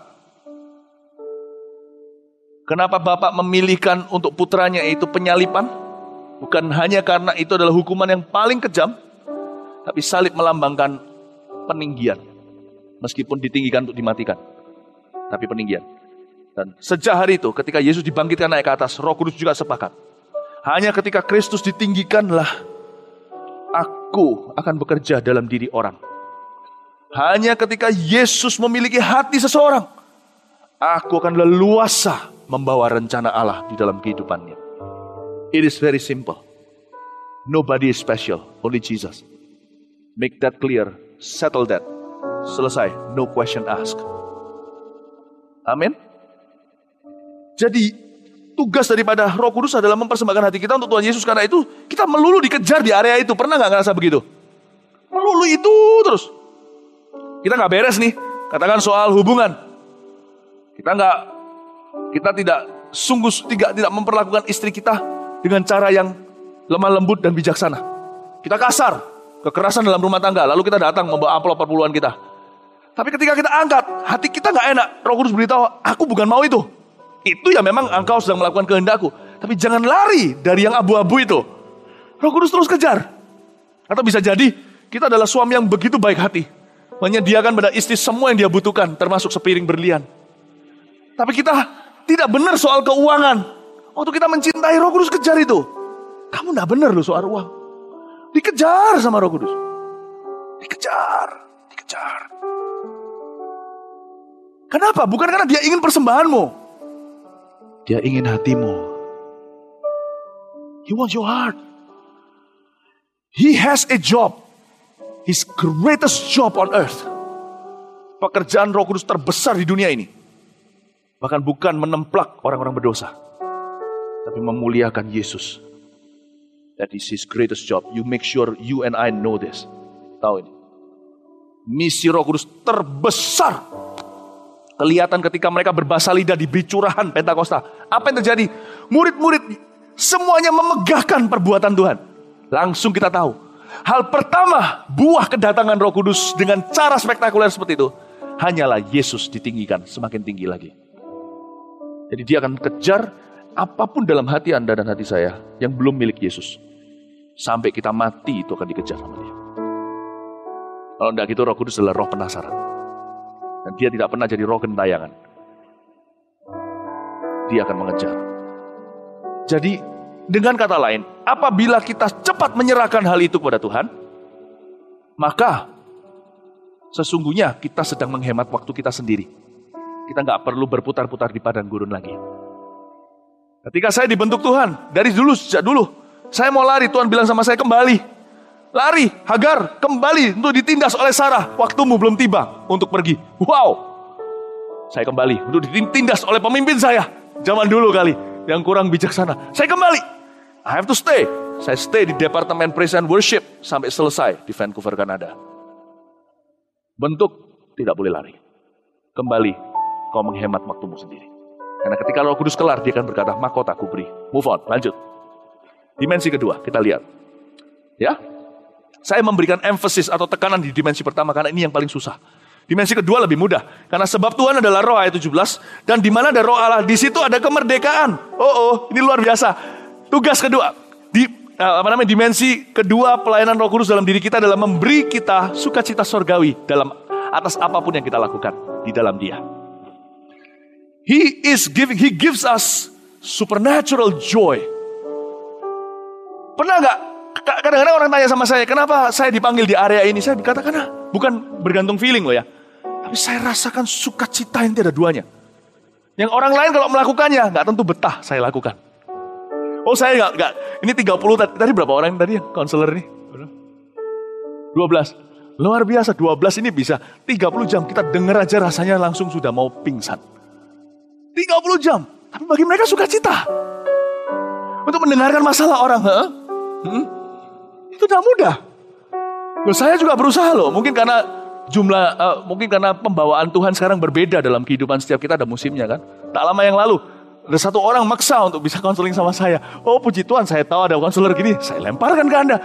Kenapa Bapa memilihkan untuk putranya itu penyaliban? Bukan hanya karena itu adalah hukuman yang paling kejam, tapi salib melambangkan peninggian. Meskipun ditinggikan untuk dimatikan, tapi peninggian. Dan sejak hari itu, ketika Yesus dibangkitkan naik ke atas, Roh Kudus juga sepakat. Hanya ketika Kristus ditinggikanlah, aku akan bekerja dalam diri orang. Hanya ketika Yesus memiliki hati seseorang, aku akan leluasa membawa rencana Allah di dalam kehidupannya. It is very simple. Nobody is special, only Jesus. Make that clear, settle that. Selesai, no question asked. Amin. Jadi tugas daripada Roh Kudus adalah mempersembahkan hati kita untuk Tuhan Yesus. Karena itu kita melulu dikejar di area itu. Pernah gak ngerasa begitu? Melulu itu terus. Kita gak beres nih. Katakan soal hubungan. Kita gak, kita tidak sungguh tidak, tidak memperlakukan istri kita dengan cara yang lemah lembut dan bijaksana. Kita kasar, kekerasan dalam rumah tangga. Lalu kita datang membawa amplop perpuluhan kita. Tapi ketika kita angkat, hati kita gak enak. Roh Kudus beritahu, aku bukan mau itu. Itu ya memang engkau sedang melakukan kehendakku. Tapi jangan lari dari yang abu-abu itu. Roh Kudus terus kejar. Atau bisa jadi, kita adalah suami yang begitu baik hati. Menyediakan pada istri semua yang dia butuhkan, termasuk sepiring berlian. Tapi kita tidak benar soal keuangan. Waktu kita mencintai, Roh Kudus kejar itu. Kamu tidak benar loh soal uang. Dikejar sama Roh Kudus. Dikejar, dikejar. Kenapa? Bukan karena dia ingin persembahanmu. Dia ingin hatimu. He wants your heart. He has a job. His greatest job on earth. Pekerjaan Roh Kudus terbesar di dunia ini. Bahkan bukan menemplak orang-orang berdosa, tapi memuliakan Yesus. That is his greatest job. You make sure you and I know this. Tahu ini. Misi Roh Kudus terbesar kelihatan ketika mereka berbahasa lidah di bicurahan Pentakosta. Apa yang terjadi? Murid-murid semuanya memegahkan perbuatan Tuhan. Langsung kita tahu. Hal pertama, buah kedatangan Roh Kudus dengan cara spektakuler seperti itu, hanyalah Yesus ditinggikan semakin tinggi lagi. Jadi dia akan kejar apapun dalam hati Anda dan hati saya yang belum milik Yesus. Sampai kita mati itu akan dikejar sama dia. Kalau tidak gitu, Roh Kudus adalah roh penasaran. Dan dia tidak pernah jadi roh gentayangan. Dia akan mengejar. Jadi dengan kata lain, apabila kita cepat menyerahkan hal itu kepada Tuhan, maka sesungguhnya kita sedang menghemat waktu kita sendiri. Kita nggak perlu berputar-putar di padang gurun lagi. Ketika saya dibentuk Tuhan, dari dulu, sejak dulu, saya mau lari, Tuhan bilang sama saya, kembali. Lari, Hagar, kembali untuk ditindas oleh Sarah. Waktumu belum tiba untuk pergi. Wow. Saya kembali untuk ditindas oleh pemimpin saya. Zaman dulu kali, yang kurang bijaksana. Saya kembali. I have to stay. Saya stay di Departemen Praise and Worship sampai selesai di Vancouver, Kanada. Bentuk, tidak boleh lari. Kembali, kau menghemat waktumu sendiri. Karena ketika Roh Kudus kelar, dia akan berkata, mahkota ku beri. Move on, lanjut. Dimensi kedua, kita lihat. Ya, saya memberikan emphasis atau tekanan di dimensi pertama karena ini yang paling susah. Dimensi kedua lebih mudah. Karena sebab Tuhan adalah roh ayat tujuh belas. Dan di mana ada roh Allah, di situ ada kemerdekaan. Oh, oh, ini luar biasa. Tugas kedua. Di, apa namanya, dimensi kedua pelayanan Roh Kudus dalam diri kita adalah memberi kita sukacita sorgawi dalam atas apapun yang kita lakukan di dalam Dia. He is giving, He gives us supernatural joy Pernah nggak? Kadang-kadang orang tanya sama saya, kenapa saya dipanggil di area ini? Saya berkata, karena bukan bergantung feeling loh ya. Tapi saya rasakan sukacita yang tiada duanya. Yang orang lain kalau melakukannya, nggak tentu betah saya lakukan. Oh saya nggak, nggak. Ini tiga puluh, tadi berapa orang tadi yang konselor ini? dua belas. Luar biasa, dua belas ini bisa. tiga puluh jam, kita dengar aja rasanya langsung sudah mau pingsan. tiga puluh jam, tapi bagi mereka sukacita. Untuk mendengarkan masalah orang, huh? Hmm? Itu tidak mudah. Loh, saya juga berusaha loh. Mungkin karena jumlah, uh, mungkin karena pembawaan Tuhan sekarang berbeda dalam kehidupan setiap kita, ada musimnya kan. Tak lama yang lalu, ada satu orang maksa untuk bisa konseling sama saya. Oh puji Tuhan, saya tahu ada konselor gini, saya lemparkan ke Anda.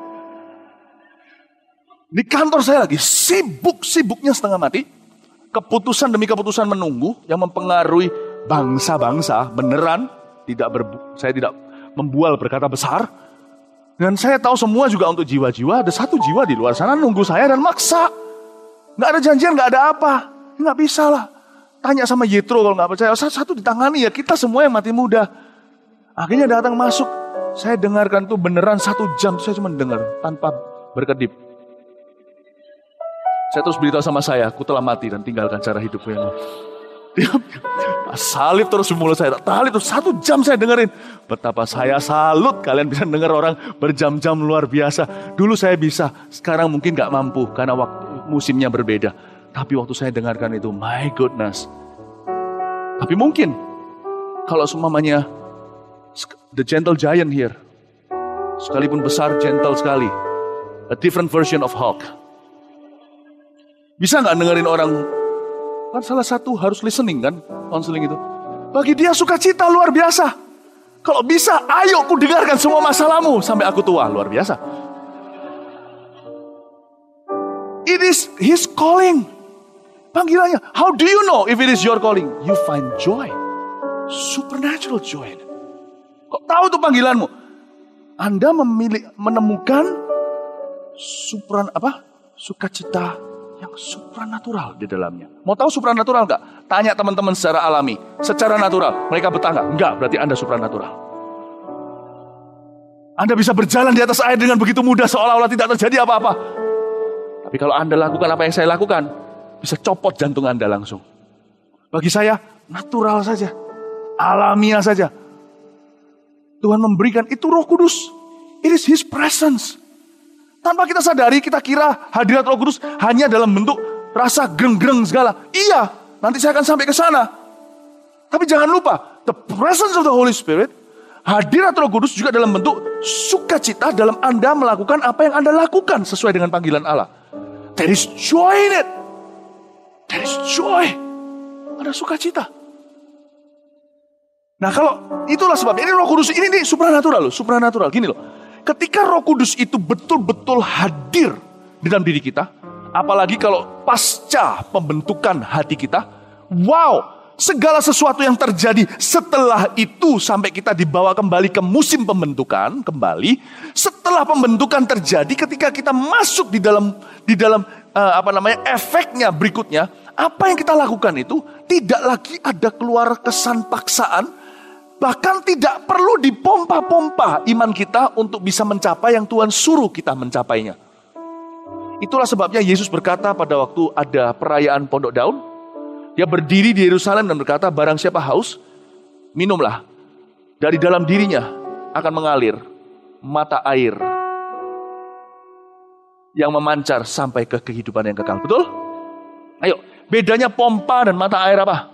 Di kantor saya lagi sibuk-sibuknya setengah mati. Keputusan demi keputusan menunggu yang mempengaruhi bangsa-bangsa beneran. Tidak berbu- saya tidak membual berkata besar. Dan saya tahu semua juga untuk jiwa-jiwa. Ada satu jiwa di luar sana nunggu saya dan maksa. Gak ada janjian, gak ada apa. Gak bisa lah. Tanya sama Yetro kalau gak percaya. Satu ditangani ya, kita semua yang mati muda. Akhirnya datang masuk. Saya dengarkan tuh beneran satu jam. Saya cuma dengar tanpa berkedip. Saya terus beritahu sama saya, aku telah mati dan tinggalkan cara hidupku yang salib terus di mulut saya. Tali itu satu jam saya dengerin. Betapa saya salut kalian bisa dengar orang berjam-jam, luar biasa. Dulu saya bisa, sekarang mungkin gak mampu karena waktu musimnya berbeda. Tapi waktu saya dengarkan itu, my goodness. Tapi mungkin kalau semuanya the gentle giant here, sekalipun besar, gentle sekali, a different version of Hulk. Bisa gak dengerin orang? Kan salah satu harus listening kan, counseling itu. Bagi dia sukacita luar biasa. Kalau bisa, ayo ku dengarkan semua masalahmu sampai aku tua, luar biasa. It is his calling. Panggilannya. How do you know if it is your calling? You find joy. Supernatural joy. Kok tahu itu panggilanmu? Anda memilih, menemukan supran apa? Sukacita yang supranatural di dalamnya. Mau tahu supranatural enggak? Tanya teman-teman secara alami, secara natural. Mereka betah enggak? Enggak, berarti Anda supranatural. Anda bisa berjalan di atas air dengan begitu mudah seolah-olah tidak terjadi apa-apa. Tapi kalau Anda lakukan apa yang saya lakukan, bisa copot jantung Anda langsung. Bagi saya, natural saja. Alamiah saja. Tuhan memberikan itu Roh Kudus. It is His presence. Tanpa kita sadari, kita kira hadirat Roh Kudus hanya dalam bentuk rasa greng-greng segala. Iya, nanti saya akan sampai ke sana. Tapi jangan lupa, the presence of the Holy Spirit, hadirat Roh Kudus juga dalam bentuk sukacita dalam Anda melakukan apa yang Anda lakukan sesuai dengan panggilan Allah. There is joy in it. There is joy. Ada sukacita. Nah kalau itulah sebabnya, ini Roh Kudus, ini, ini supranatural loh, supranatural. Gini loh. Ketika Roh Kudus itu betul-betul hadir di dalam diri kita, apalagi kalau pasca pembentukan hati kita, wow, segala sesuatu yang terjadi setelah itu sampai kita dibawa kembali ke musim pembentukan kembali, setelah pembentukan terjadi, ketika kita masuk di dalam di dalam uh, apa namanya efeknya berikutnya, apa yang kita lakukan itu tidak lagi ada keluar kesan paksaan. Bahkan tidak perlu dipompa-pompa iman kita untuk bisa mencapai yang Tuhan suruh kita mencapainya. Itulah sebabnya Yesus berkata pada waktu ada perayaan Pondok Daun. Dia berdiri di Yerusalem dan berkata, barang siapa haus, minumlah. Dari dalam dirinya akan mengalir mata air yang memancar sampai ke kehidupan yang kekal. Betul? Ayo, bedanya pompa dan mata air apa?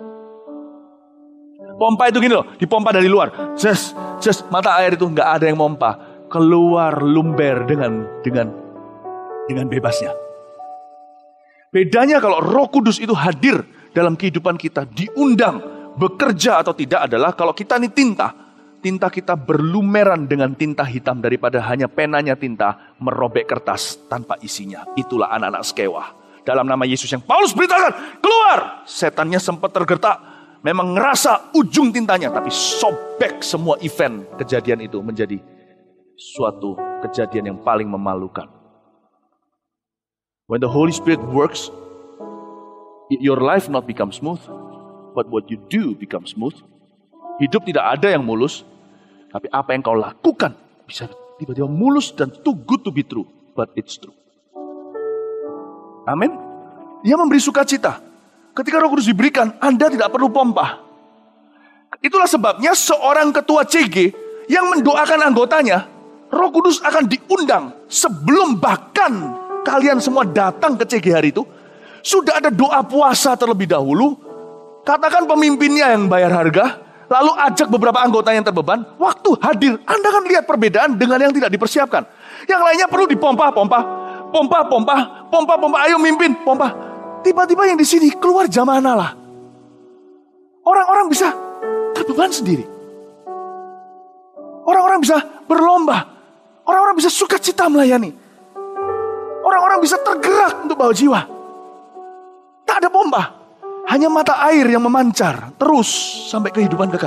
Pompa itu gini loh, dipompa dari luar. Just, just mata air itu nggak ada yang mompa, keluar lumber dengan dengan dengan bebasnya. Bedanya kalau Roh Kudus itu hadir dalam kehidupan kita, diundang bekerja atau tidak adalah kalau kita ini tinta, tinta kita berlumeran dengan tinta hitam daripada hanya penanya tinta merobek kertas tanpa isinya. Itulah anak-anak Skewa. Dalam nama Yesus yang Paulus beritakan, keluar. Setannya sempat tergertak. Memang ngerasa ujung tintanya, tapi sobek semua event kejadian itu menjadi suatu kejadian yang paling memalukan. When the Holy Spirit works, your life not become smooth, but what you do become smooth. Hidup tidak ada yang mulus, tapi apa yang kau lakukan bisa tiba-tiba mulus dan too good to be true, but it's true. Amin. Dia memberi sukacita. Ketika Roh Kudus diberikan, Anda tidak perlu pompa. Itulah sebabnya seorang ketua C G yang mendoakan anggotanya, Roh Kudus akan diundang sebelum bahkan kalian semua datang ke C G hari itu. Sudah ada doa puasa terlebih dahulu. Katakan pemimpinnya yang bayar harga, lalu ajak beberapa anggota yang terbeban. Waktu hadir, Anda akan lihat perbedaan dengan yang tidak dipersiapkan. Yang lainnya perlu dipompa, pompa, pompa, pompa, pompa, pompa. Ayo mimpin, pompa. Tiba-tiba yang di sini keluar jamaah Allah. Orang-orang bisa terbeban sendiri. Orang-orang bisa berlomba. Orang-orang bisa sukacita melayani. Orang-orang bisa tergerak untuk bawa jiwa. Tak ada pompa. Hanya mata air yang memancar terus sampai kehidupan kekal.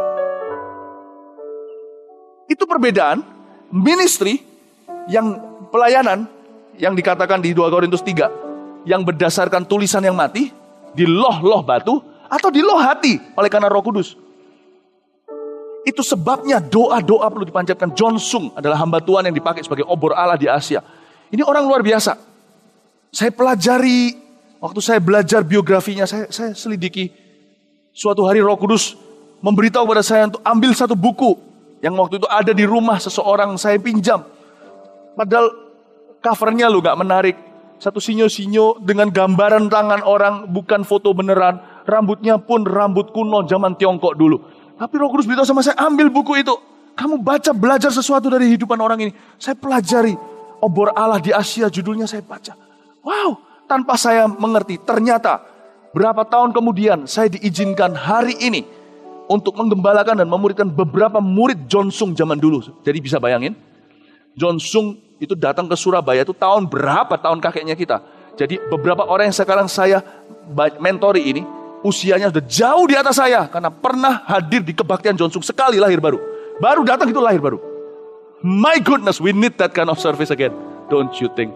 Itu perbedaan ministry yang pelayanan yang dikatakan di dua Korintus tiga yang berdasarkan tulisan yang mati di loh-loh batu atau di loh hati oleh karena Roh Kudus. Itu sebabnya doa-doa perlu dipanjatkan. John Sung adalah hamba Tuhan yang dipakai sebagai obor Allah di Asia. Ini orang luar biasa. Saya pelajari. Waktu saya belajar biografinya, saya, saya selidiki. Suatu hari Roh Kudus memberitahu kepada saya untuk ambil satu buku yang waktu itu ada di rumah seseorang, saya pinjam. Padahal covernya lo gak menarik. Satu sinyo-sinyo dengan gambaran tangan orang, bukan foto beneran. Rambutnya pun rambut kuno zaman Tiongkok dulu. Tapi Roh Kudus beritahu sama saya, ambil buku itu. Kamu baca, belajar sesuatu dari kehidupan orang ini. Saya pelajari. Obor Allah di Asia, judulnya saya baca. Wow. Tanpa saya mengerti, ternyata berapa tahun kemudian saya diizinkan hari ini untuk menggembalakan dan memuridkan beberapa murid John Sung zaman dulu. Jadi bisa bayangin, John Sung itu datang ke Surabaya itu tahun berapa tahun kakeknya kita. Jadi beberapa orang yang sekarang saya mentori ini, usianya sudah jauh di atas saya. Karena pernah hadir di kebaktian John Sung sekali lahir baru. Baru datang itu lahir baru. My goodness, we need that kind of service again. Don't you think?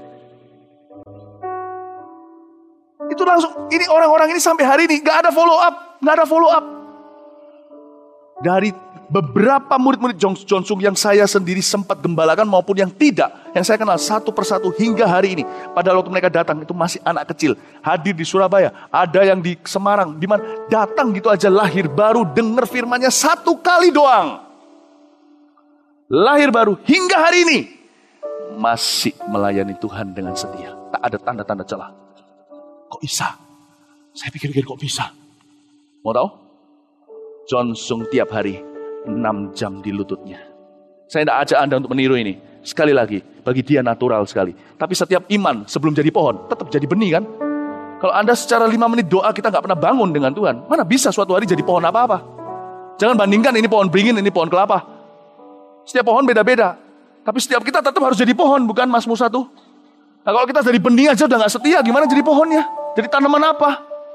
Itu langsung, ini orang-orang ini sampai hari ini gak ada follow up, gak ada follow up. Dari beberapa murid-murid John Sung yang saya sendiri sempat gembalakan maupun yang tidak, yang saya kenal satu persatu hingga hari ini. Pada waktu mereka datang itu masih anak kecil, hadir di Surabaya, ada yang di Semarang, di mana datang gitu aja lahir baru, dengar firmannya satu kali doang. Lahir baru hingga hari ini masih melayani Tuhan dengan setia, tak ada tanda-tanda celah. Kok bisa? Saya pikir-pikir kok bisa. Mau tahu? John Sung tiap hari enam jam di lututnya. Saya tidak ajak Anda untuk meniru ini. Sekali lagi, bagi dia natural sekali. Tapi setiap iman sebelum jadi pohon, tetap jadi benih kan? Kalau Anda secara lima menit doa kita nggak pernah bangun dengan Tuhan, mana bisa suatu hari jadi pohon apa-apa? Jangan bandingkan ini pohon beringin, ini pohon kelapa. Setiap pohon beda-beda. Tapi setiap kita tetap harus jadi pohon, bukan Mas Musa tuh? Nah kalau kita dari benih aja udah gak setia, gimana jadi pohonnya? Jadi tanaman apa?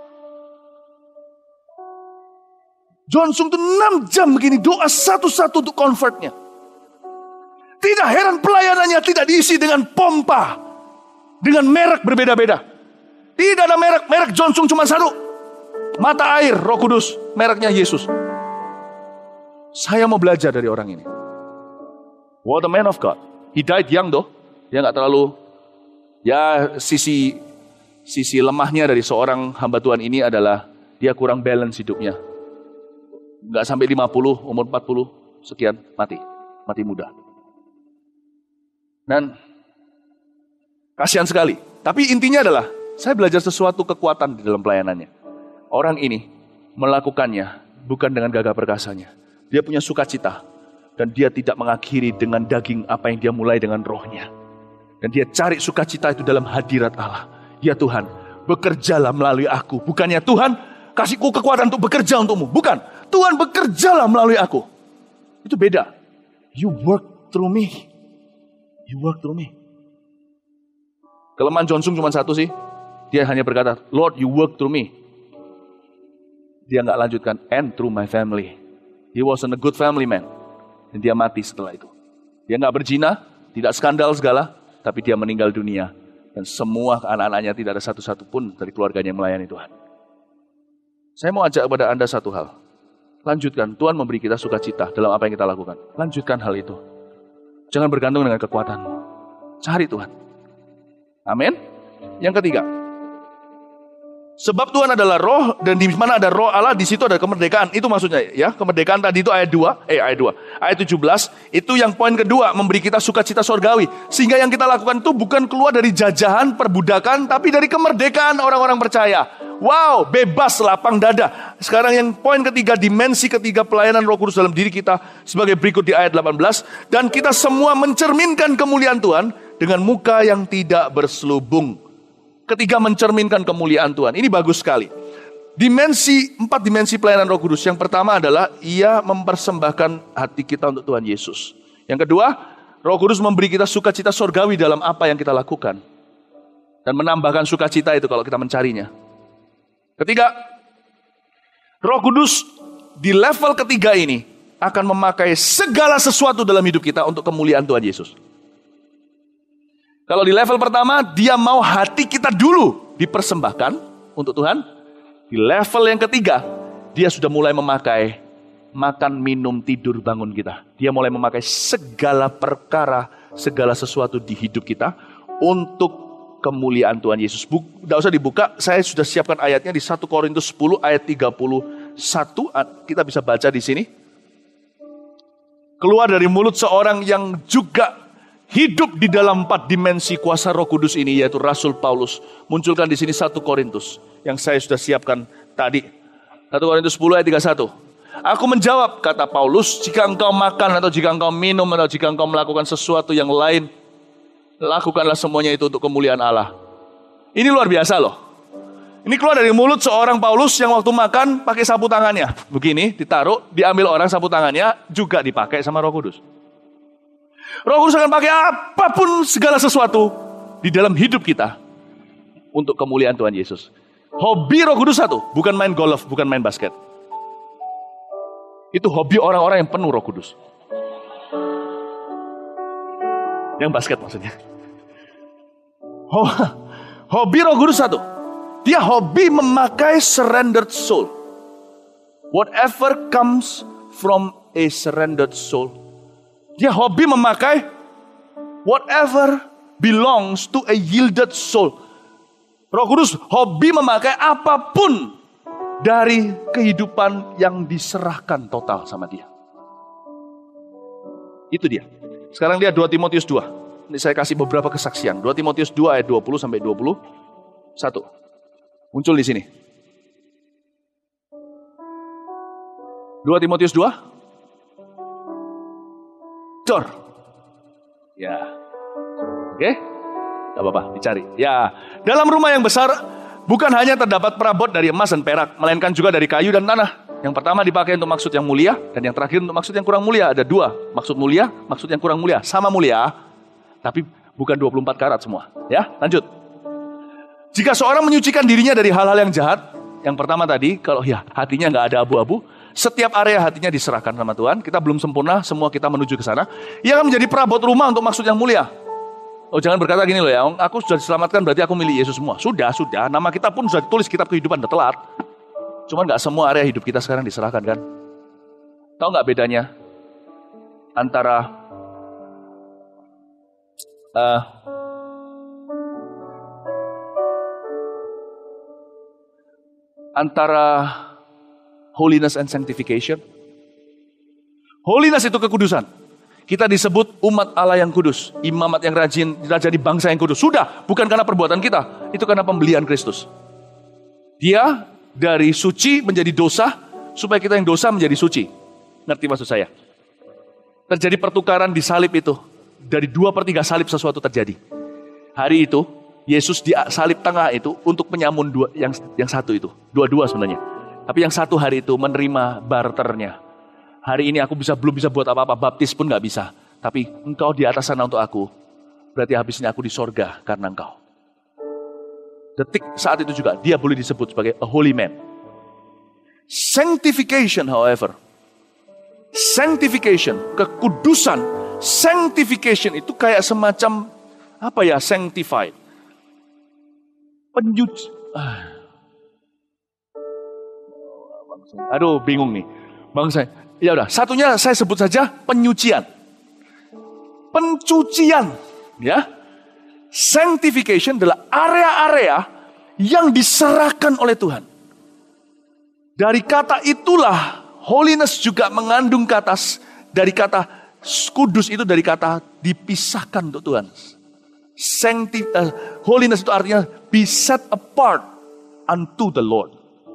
John Sung tuh enam jam begini doa satu-satu untuk convertnya. Tidak heran pelayanannya tidak diisi dengan pompa. Dengan merek berbeda-beda. Tidak ada merek, merek John Sung cuma satu. Mata air, Roh Kudus, mereknya Yesus. Saya mau belajar dari orang ini. What a man of God. He died young though. Dia gak terlalu, ya sisi sisi lemahnya dari seorang hamba Tuhan ini adalah dia kurang balance hidupnya. Gak sampai lima puluh, umur empat puluh sekian mati. Mati muda. Dan kasihan sekali. Tapi intinya adalah saya belajar sesuatu kekuatan di dalam pelayanannya. Orang ini melakukannya bukan dengan gagah perkasanya. Dia punya sukacita. Dan dia tidak mengakhiri dengan daging apa yang dia mulai dengan rohnya. Dan dia cari sukacita itu dalam hadirat Allah. Ya Tuhan, bekerjalah melalui aku. Bukannya Tuhan, kasihku kekuatan untuk bekerja untukmu. Bukan, Tuhan bekerjalah melalui aku. Itu beda. You work through me. You work through me. Kelemahan John Sung cuma satu sih. Dia hanya berkata, Lord, you work through me. Dia nggak lanjutkan, and through my family. He wasn't a good family man. Dan dia mati setelah itu. Dia nggak berzina, tidak skandal segala, tapi dia meninggal dunia. Dan semua anak-anaknya tidak ada satu-satu pun dari keluarganya yang melayani Tuhan. Saya mau ajak kepada Anda satu hal. Lanjutkan, Tuhan memberi kita sukacita dalam apa yang kita lakukan. Lanjutkan hal itu. Jangan bergantung dengan kekuatanmu. Cari Tuhan. Amin. Yang ketiga, sebab Tuhan adalah roh, dan di mana ada roh Allah, di situ ada kemerdekaan. Itu maksudnya ya, kemerdekaan tadi itu ayat dua, eh ayat dua, ayat tujuh belas. Itu yang poin kedua, memberi kita sukacita sorgawi. Sehingga yang kita lakukan itu bukan keluar dari jajahan, perbudakan, tapi dari kemerdekaan orang-orang percaya. Wow, bebas, lapang dada. Sekarang yang poin ketiga, dimensi ketiga pelayanan Roh Kudus dalam diri kita sebagai berikut di ayat delapan belas. Dan kita semua mencerminkan kemuliaan Tuhan dengan muka yang tidak berselubung. Ketiga, mencerminkan kemuliaan Tuhan. Ini bagus sekali. Dimensi, empat dimensi pelayanan Roh Kudus. Yang pertama adalah ia mempersembahkan hati kita untuk Tuhan Yesus. Yang kedua, Roh Kudus memberi kita sukacita sorgawi dalam apa yang kita lakukan. Dan menambahkan sukacita itu kalau kita mencarinya. Ketiga, Roh Kudus di level ketiga ini akan memakai segala sesuatu dalam hidup kita untuk kemuliaan Tuhan Yesus. Kalau di level pertama, dia mau hati kita dulu dipersembahkan untuk Tuhan. Di level yang ketiga, dia sudah mulai memakai makan, minum, tidur, bangun kita. Dia mulai memakai segala perkara, segala sesuatu di hidup kita untuk kemuliaan Tuhan Yesus. Tidak usah dibuka, saya sudah siapkan ayatnya di satu Korintus sepuluh ayat tiga puluh satu. Kita bisa baca di sini. Keluar dari mulut seorang yang juga hidup di dalam empat dimensi kuasa Roh Kudus ini, yaitu Rasul Paulus. Munculkan di sini satu Korintus yang saya sudah siapkan tadi. satu Korintus sepuluh ayat tiga puluh satu. Aku menjawab, kata Paulus, jika engkau makan atau jika engkau minum atau jika engkau melakukan sesuatu yang lain, lakukanlah semuanya itu untuk kemuliaan Allah. Ini luar biasa loh. Ini keluar dari mulut seorang Paulus yang waktu makan pakai sapu tangannya. Begini, ditaruh, diambil orang sapu tangannya, juga dipakai sama Roh Kudus. Roh Kudus akan pakai apapun segala sesuatu di dalam hidup kita untuk kemuliaan Tuhan Yesus. Hobi Roh Kudus satu, bukan main golf, bukan main basket. Itu hobi orang-orang yang penuh Roh Kudus. Yang basket maksudnya. Hobi Roh Kudus satu, dia hobi memakai surrendered soul. Whatever comes from a surrendered soul. Dia hobi memakai whatever belongs to a yielded soul. Roh Kudus hobi memakai apapun dari kehidupan yang diserahkan total sama dia. Itu dia. Sekarang lihat dua Timotius dua. Ini saya kasih beberapa kesaksian. dua Timotius dua ayat dua puluh sampai dua puluh satu. Muncul di sini. dua Timotius dua. Dor. Ya. Oke. Gak apa-apa, dicari. Ya. Dalam rumah yang besar, bukan hanya terdapat perabot dari emas dan perak, melainkan juga dari kayu dan tanah. Yang pertama dipakai untuk maksud yang mulia, dan yang terakhir untuk maksud yang kurang mulia. Ada dua, maksud mulia, maksud yang kurang mulia. Sama mulia, tapi bukan dua puluh empat karat semua. Ya, lanjut. Jika seorang menyucikan dirinya dari hal-hal yang jahat, yang pertama tadi, kalau ya hatinya nggak ada abu-abu, setiap area hatinya diserahkan sama Tuhan. Kita belum sempurna, semua kita menuju ke sana. Ia akan menjadi perabot rumah untuk maksud yang mulia. Oh, jangan berkata gini loh ya, aku sudah diselamatkan berarti aku milik Yesus semua. Sudah, sudah. Nama kita pun sudah ditulis kitab kehidupan, udah telat. Cuman gak semua area hidup kita sekarang diserahkan kan. Tahu gak bedanya antara uh, antara holiness and sanctification? Holiness itu kekudusan. Kita disebut umat Allah yang kudus, imamat yang rajin, raja di bangsa yang kudus. Sudah, bukan karena perbuatan kita, itu karena pembelian Kristus. Dia dari suci menjadi dosa, supaya kita yang dosa menjadi suci. Ngerti maksud saya? Terjadi pertukaran di salib itu. Dari dua per tiga salib sesuatu terjadi. Hari itu, Yesus di salib tengah itu untuk penyamun dua, yang, yang satu itu. Dua-dua sebenarnya. Tapi yang satu hari itu menerima barternya. Hari ini aku bisa belum bisa buat apa-apa, baptis pun gak bisa. Tapi engkau di atas sana untuk aku, berarti habisnya aku di sorga karena engkau. Detik saat itu juga, dia boleh disebut sebagai a holy man. Sanctification, however. Sanctification, kekudusan. Sanctification itu kayak semacam, apa ya, sanctified. Penyuci. Aduh, bingung nih. Bang saya. Ya udah, satunya saya sebut saja penyucian. pencucian, ya. Sanctification adalah area-area yang diserahkan oleh Tuhan. Dari kata itulah holiness juga mengandung kata, dari kata kudus itu dari kata dipisahkan untuk Tuhan. Sancti, uh, holiness itu artinya be set apart unto the Lord.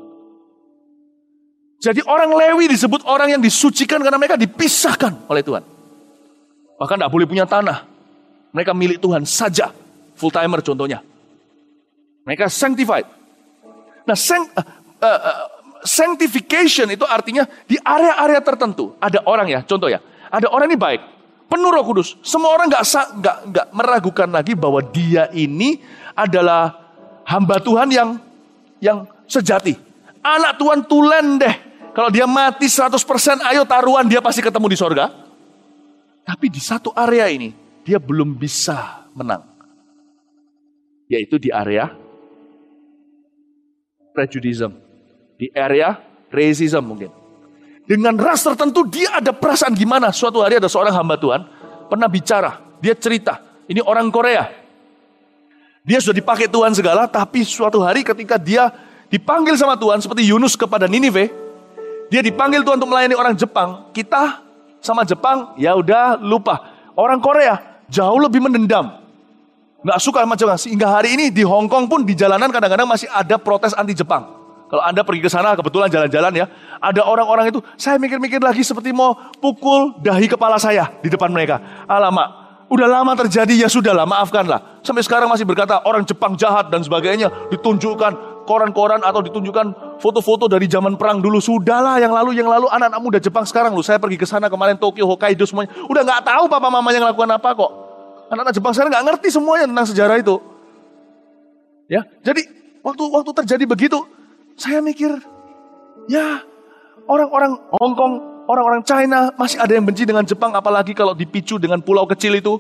Jadi orang Lewi disebut orang yang disucikan karena mereka dipisahkan oleh Tuhan. Bahkan tidak boleh punya tanah. Mereka milik Tuhan saja. Full timer contohnya. Mereka sanctified. Nah, sanct, uh, uh, uh, sanctification itu artinya di area-area tertentu. Ada orang ya, contoh ya. Ada orang ini baik, penuh Roh Kudus. Semua orang nggak nggak nggak meragukan lagi bahwa dia ini adalah hamba Tuhan yang yang sejati. Anak Tuhan tulen deh. Kalau dia mati seratus persen, ayo taruhan dia pasti ketemu di sorga. Tapi di satu area ini, dia belum bisa menang. Yaitu di area prejudice. Di area racism mungkin. Dengan ras tertentu dia ada perasaan gimana. Suatu hari ada seorang hamba Tuhan pernah bicara. Dia cerita. Ini orang Korea. Dia sudah dipakai Tuhan segala. Tapi suatu hari ketika dia dipanggil sama Tuhan. Seperti Yunus kepada Ninive. Dia dipanggil Tuhan untuk melayani orang Jepang. Kita sama Jepang ya udah lupa. Orang Korea jauh lebih mendendam. Nggak suka sama Jepang. Sehingga hari ini di Hong Kong pun di jalanan kadang-kadang masih ada protes anti Jepang. Kalau Anda pergi ke sana kebetulan jalan-jalan ya. Ada orang-orang itu, saya mikir-mikir lagi seperti mau pukul dahi kepala saya di depan mereka. Alamak, udah lama terjadi ya sudahlah, maafkanlah. Sampai sekarang masih berkata orang Jepang jahat dan sebagainya. Ditunjukkan koran-koran atau ditunjukkan foto-foto dari zaman perang dulu. Sudahlah yang lalu, yang lalu anak-anak muda Jepang sekarang loh. Saya pergi ke sana kemarin Tokyo, Hokkaido semuanya. Udah gak tahu papa mamanya ngelakukan apa kok. Anak-anak Jepang sekarang gak ngerti semuanya tentang sejarah itu. Ya, jadi waktu waktu terjadi begitu, saya mikir, ya orang-orang Hong Kong, orang-orang China masih ada yang benci dengan Jepang, apalagi kalau dipicu dengan pulau kecil itu.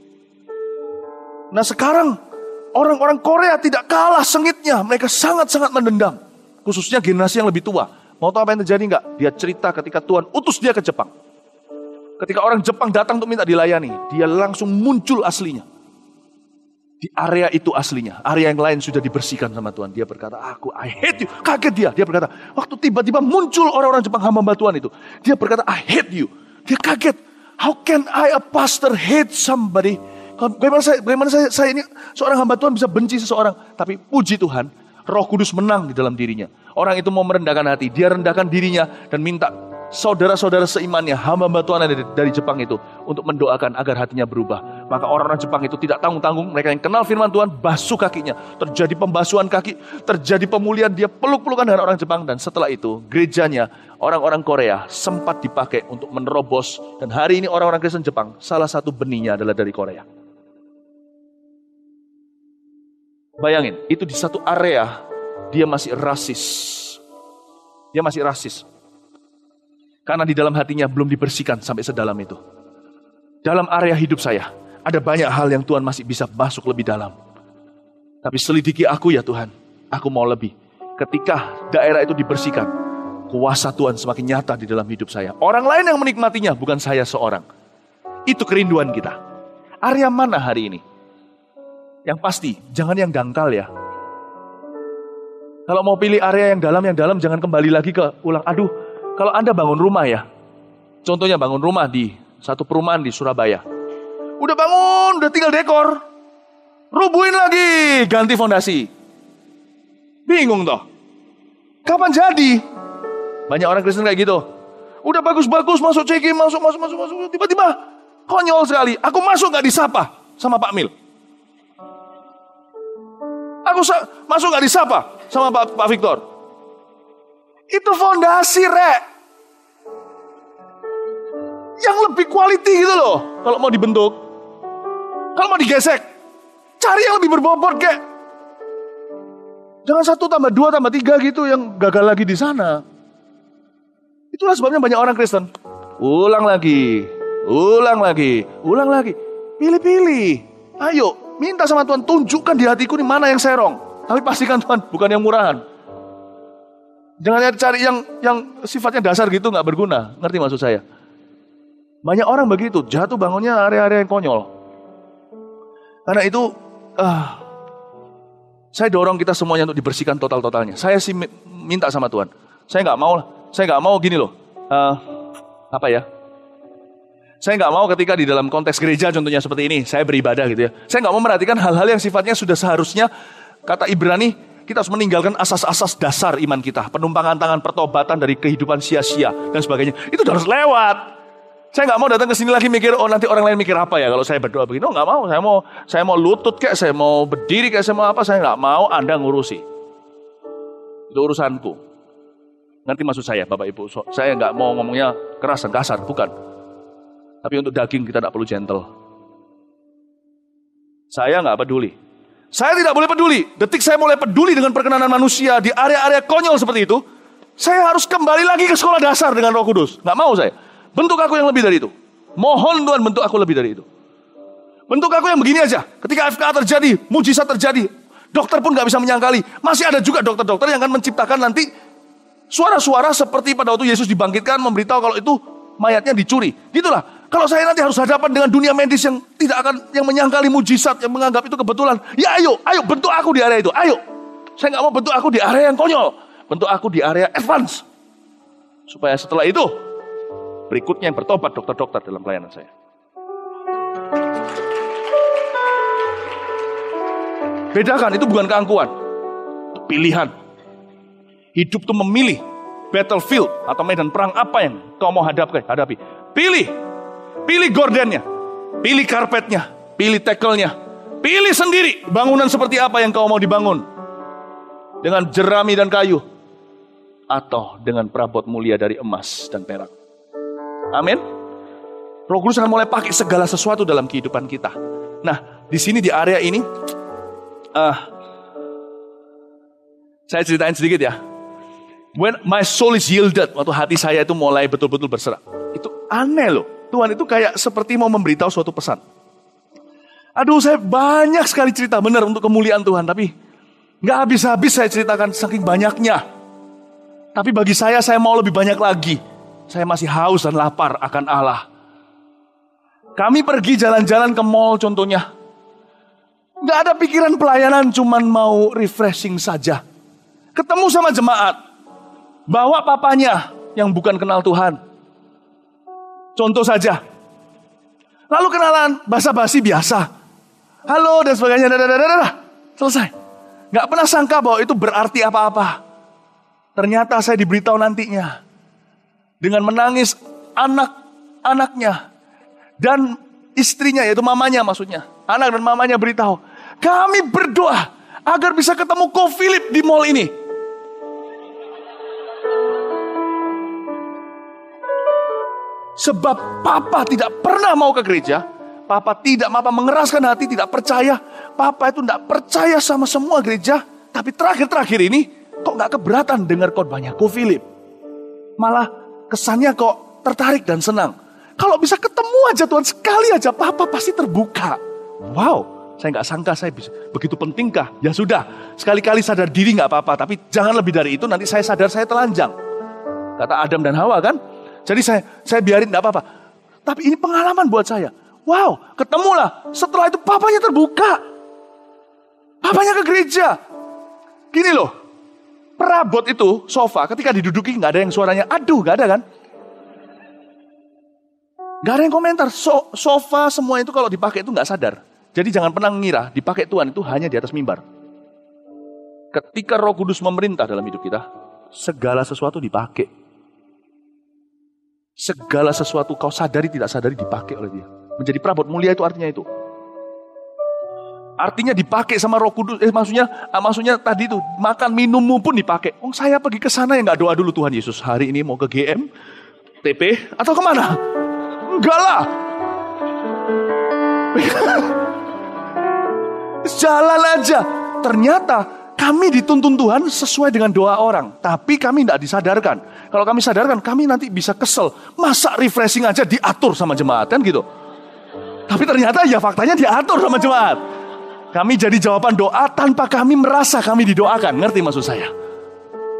Nah sekarang orang-orang Korea tidak kalah sengitnya, mereka sangat-sangat mendendam. Khususnya generasi yang lebih tua. Mau tahu apa yang terjadi enggak? Dia cerita ketika Tuhan utus dia ke Jepang. Ketika orang Jepang datang untuk minta dilayani, dia langsung muncul aslinya. Di area itu aslinya, area yang lain sudah dibersihkan sama Tuhan. Dia berkata, aku I hate you. Kaget dia, dia berkata, waktu tiba-tiba muncul orang-orang Jepang hamba Tuhan itu. Dia berkata, I hate you. Dia kaget, how can I a pastor hate somebody? Bagaimana saya, bagaimana saya, saya ini seorang hamba Tuhan bisa benci seseorang. Tapi puji Tuhan, Roh Kudus menang di dalam dirinya. Orang itu mau merendahkan hati, dia rendahkan dirinya dan minta saudara-saudara seimannya, hamba-hamba Tuhan dari, dari Jepang itu untuk mendoakan agar hatinya berubah. Maka orang-orang Jepang itu tidak tanggung-tanggung, mereka yang kenal firman Tuhan basuh kakinya. Terjadi pembasuhan kaki, terjadi pemulihan, dia peluk-pelukan dengan orang Jepang. Dan setelah itu gerejanya orang-orang Korea sempat dipakai untuk menerobos. Dan hari ini orang-orang Kristen Jepang, salah satu benihnya adalah dari Korea. Bayangin, itu di satu area dia masih rasis. Dia masih rasis. Karena di dalam hatinya belum dibersihkan sampai sedalam itu. Dalam area hidup saya, ada banyak hal yang Tuhan masih bisa masuk lebih dalam. Tapi selidiki aku ya Tuhan, aku mau lebih. Ketika daerah itu dibersihkan, kuasa Tuhan semakin nyata di dalam hidup saya. Orang lain yang menikmatinya, bukan saya seorang. Itu kerinduan kita. Area mana hari ini? Yang pasti, jangan yang dangkal ya. Kalau mau pilih area yang dalam, yang dalam jangan kembali lagi ke ulang. Aduh, kalau Anda bangun rumah ya, contohnya bangun rumah di satu perumahan di Surabaya. Udah bangun, udah tinggal dekor. Rubuhin lagi, ganti fondasi. Bingung toh. Kapan jadi? Banyak orang Kristen kayak gitu. Udah bagus-bagus, masuk C G, masuk, masuk, masuk, masuk. Tiba-tiba, konyol sekali. Aku masuk gak disapa sama Pak Mil. Aku sa- masuk gak disapa sama Pak, Pak Victor. Itu fondasi, Rek. Yang lebih quality gitu loh. Kalau mau dibentuk. Kalau mau digesek. Cari yang lebih berbobot, kek. Jangan satu tambah dua tambah tiga gitu yang gagal lagi di sana. Itulah sebabnya banyak orang Kristen. Ulang lagi. Ulang lagi. Ulang lagi. Pilih-pilih. Ayo. Minta sama Tuhan. Tunjukkan di hatiku nih mana yang serong. Tapi pastikan Tuhan bukan yang murahan. Jangan cari yang yang sifatnya dasar gitu, gak berguna. Ngerti maksud saya? Banyak orang begitu, jatuh bangunnya area-area yang konyol. Karena itu, uh, saya dorong kita semuanya untuk dibersihkan total-totalnya. Saya sih minta sama Tuhan. Saya nggak mau lah, saya nggak mau gini loh. Uh, apa ya? Saya nggak mau ketika di dalam konteks gereja contohnya seperti ini, saya beribadah gitu ya. Saya nggak mau merhatikan hal-hal yang sifatnya sudah seharusnya, kata Ibrani, kita harus meninggalkan asas-asas dasar iman kita. Penumpangan tangan, pertobatan dari kehidupan sia-sia dan sebagainya. Itu harus lewat. Saya nggak mau datang ke sini lagi mikir, oh nanti orang lain mikir apa ya kalau saya berdoa begini. Oh nggak mau, saya mau saya mau lutut kayak, saya mau berdiri kayak, saya mau apa, saya nggak mau Anda ngurusi. Itu urusanku. Ngerti maksud saya Bapak Ibu? So, saya nggak mau ngomongnya keras dan kasar, bukan. Tapi untuk daging kita nggak perlu gentle. Saya nggak peduli. Saya tidak boleh peduli. Detik saya mulai peduli dengan perkenanan manusia di area-area konyol seperti itu, saya harus kembali lagi ke sekolah dasar dengan Roh Kudus. Nggak mau saya. Bentuk aku yang lebih dari itu. Mohon Tuhan bentuk aku lebih dari itu. Bentuk aku yang begini aja. Ketika F K A terjadi, mujizat terjadi, dokter pun gak bisa menyangkali. Masih ada juga dokter-dokter yang akan menciptakan nanti suara-suara seperti pada waktu Yesus dibangkitkan, memberitahu kalau itu mayatnya dicuri. Gitulah. Kalau saya nanti harus hadapan dengan dunia medis yang tidak akan, yang menyangkali mujizat, yang menganggap itu kebetulan. Ya ayo, ayo bentuk aku di area itu. Ayo. Saya gak mau bentuk aku di area yang konyol. Bentuk aku di area advance. Supaya setelah itu, berikutnya yang bertobat dokter-dokter dalam pelayanan saya. Bedakan, itu bukan keangkuhan. Itu pilihan. Hidup itu memilih battlefield atau medan perang apa yang kau mau hadapi. hadapi. Pilih. Pilih gordennya. Pilih karpetnya. Pilih tackle-nya. Pilih sendiri bangunan seperti apa yang kau mau dibangun. Dengan jerami dan kayu. Atau dengan perabot mulia dari emas dan perak. Amin. Roh Kudus akan mulai pakai segala sesuatu dalam kehidupan kita. Nah, di sini di area ini, uh, saya ceritain sedikit ya. When my soul is yielded, waktu hati saya itu mulai betul-betul berserah. Itu aneh loh. Tuhan itu kayak seperti mau memberitahu suatu pesan. Aduh, saya banyak sekali cerita benar untuk kemuliaan Tuhan, tapi nggak habis-habis saya ceritakan saking banyaknya. Tapi bagi saya, saya mau lebih banyak lagi. Saya masih haus dan lapar akan Allah. Kami pergi jalan-jalan ke mall contohnya. Gak ada pikiran pelayanan, cuman mau refreshing saja. Ketemu sama jemaat. Bawa papanya yang bukan kenal Tuhan. Contoh saja. Lalu kenalan, basa-basi biasa. Halo dan sebagainya. Dadadadadada. Selesai. Gak pernah sangka bahwa itu berarti apa-apa. Ternyata saya diberitahu nantinya. Dengan menangis anak-anaknya dan istrinya, yaitu mamanya maksudnya. Anak dan mamanya beritahu, kami berdoa agar bisa ketemu Ko Philip di mall ini. Sebab Papa tidak pernah mau ke gereja. Papa tidak, Papa mengeraskan hati, tidak percaya. Papa itu tidak percaya sama semua gereja. Tapi terakhir-terakhir ini, kok gak keberatan dengar khotbahnya Ko Philip. Malah kesannya kok tertarik dan senang. Kalau bisa ketemu aja Tuhan sekali aja, Papa pasti terbuka. Wow, saya nggak sangka saya bisa, begitu pentingkah? Ya sudah, sekali-kali sadar diri nggak apa-apa, tapi jangan lebih dari itu. Nanti saya sadar saya telanjang. Kata Adam dan Hawa kan. Jadi saya saya biarin nggak apa-apa. Tapi ini pengalaman buat saya. Wow, ketemulah. Setelah itu papanya terbuka. Papanya ke gereja. Gini loh. Perabot itu, sofa, ketika diduduki nggak ada yang suaranya, aduh, nggak ada kan? Nggak ada yang komentar. So, sofa semua itu kalau dipakai itu nggak sadar. Jadi jangan pernah ngira dipakai Tuhan itu hanya di atas mimbar. Ketika Roh Kudus memerintah dalam hidup kita, segala sesuatu dipakai. Segala sesuatu kau sadari tidak sadari dipakai oleh Dia. Menjadi perabot mulia itu artinya itu. Artinya dipakai sama Roh Kudus. Eh maksudnya, ah, maksudnya tadi itu makan minummu pun dipakai. Oh saya pergi ke sana yang nggak doa dulu, Tuhan Yesus hari ini mau ke G M, T P atau kemana? Enggak lah. Jalan aja. Ternyata kami dituntun Tuhan sesuai dengan doa orang. Tapi kami tidak disadarkan. Kalau kami sadarkan, kami nanti bisa kesel. Masa refreshing aja diatur sama jemaat kan gitu. Tapi ternyata ya faktanya diatur sama jemaat. Kami jadi jawaban doa tanpa kami merasa kami didoakan. Ngerti maksud saya?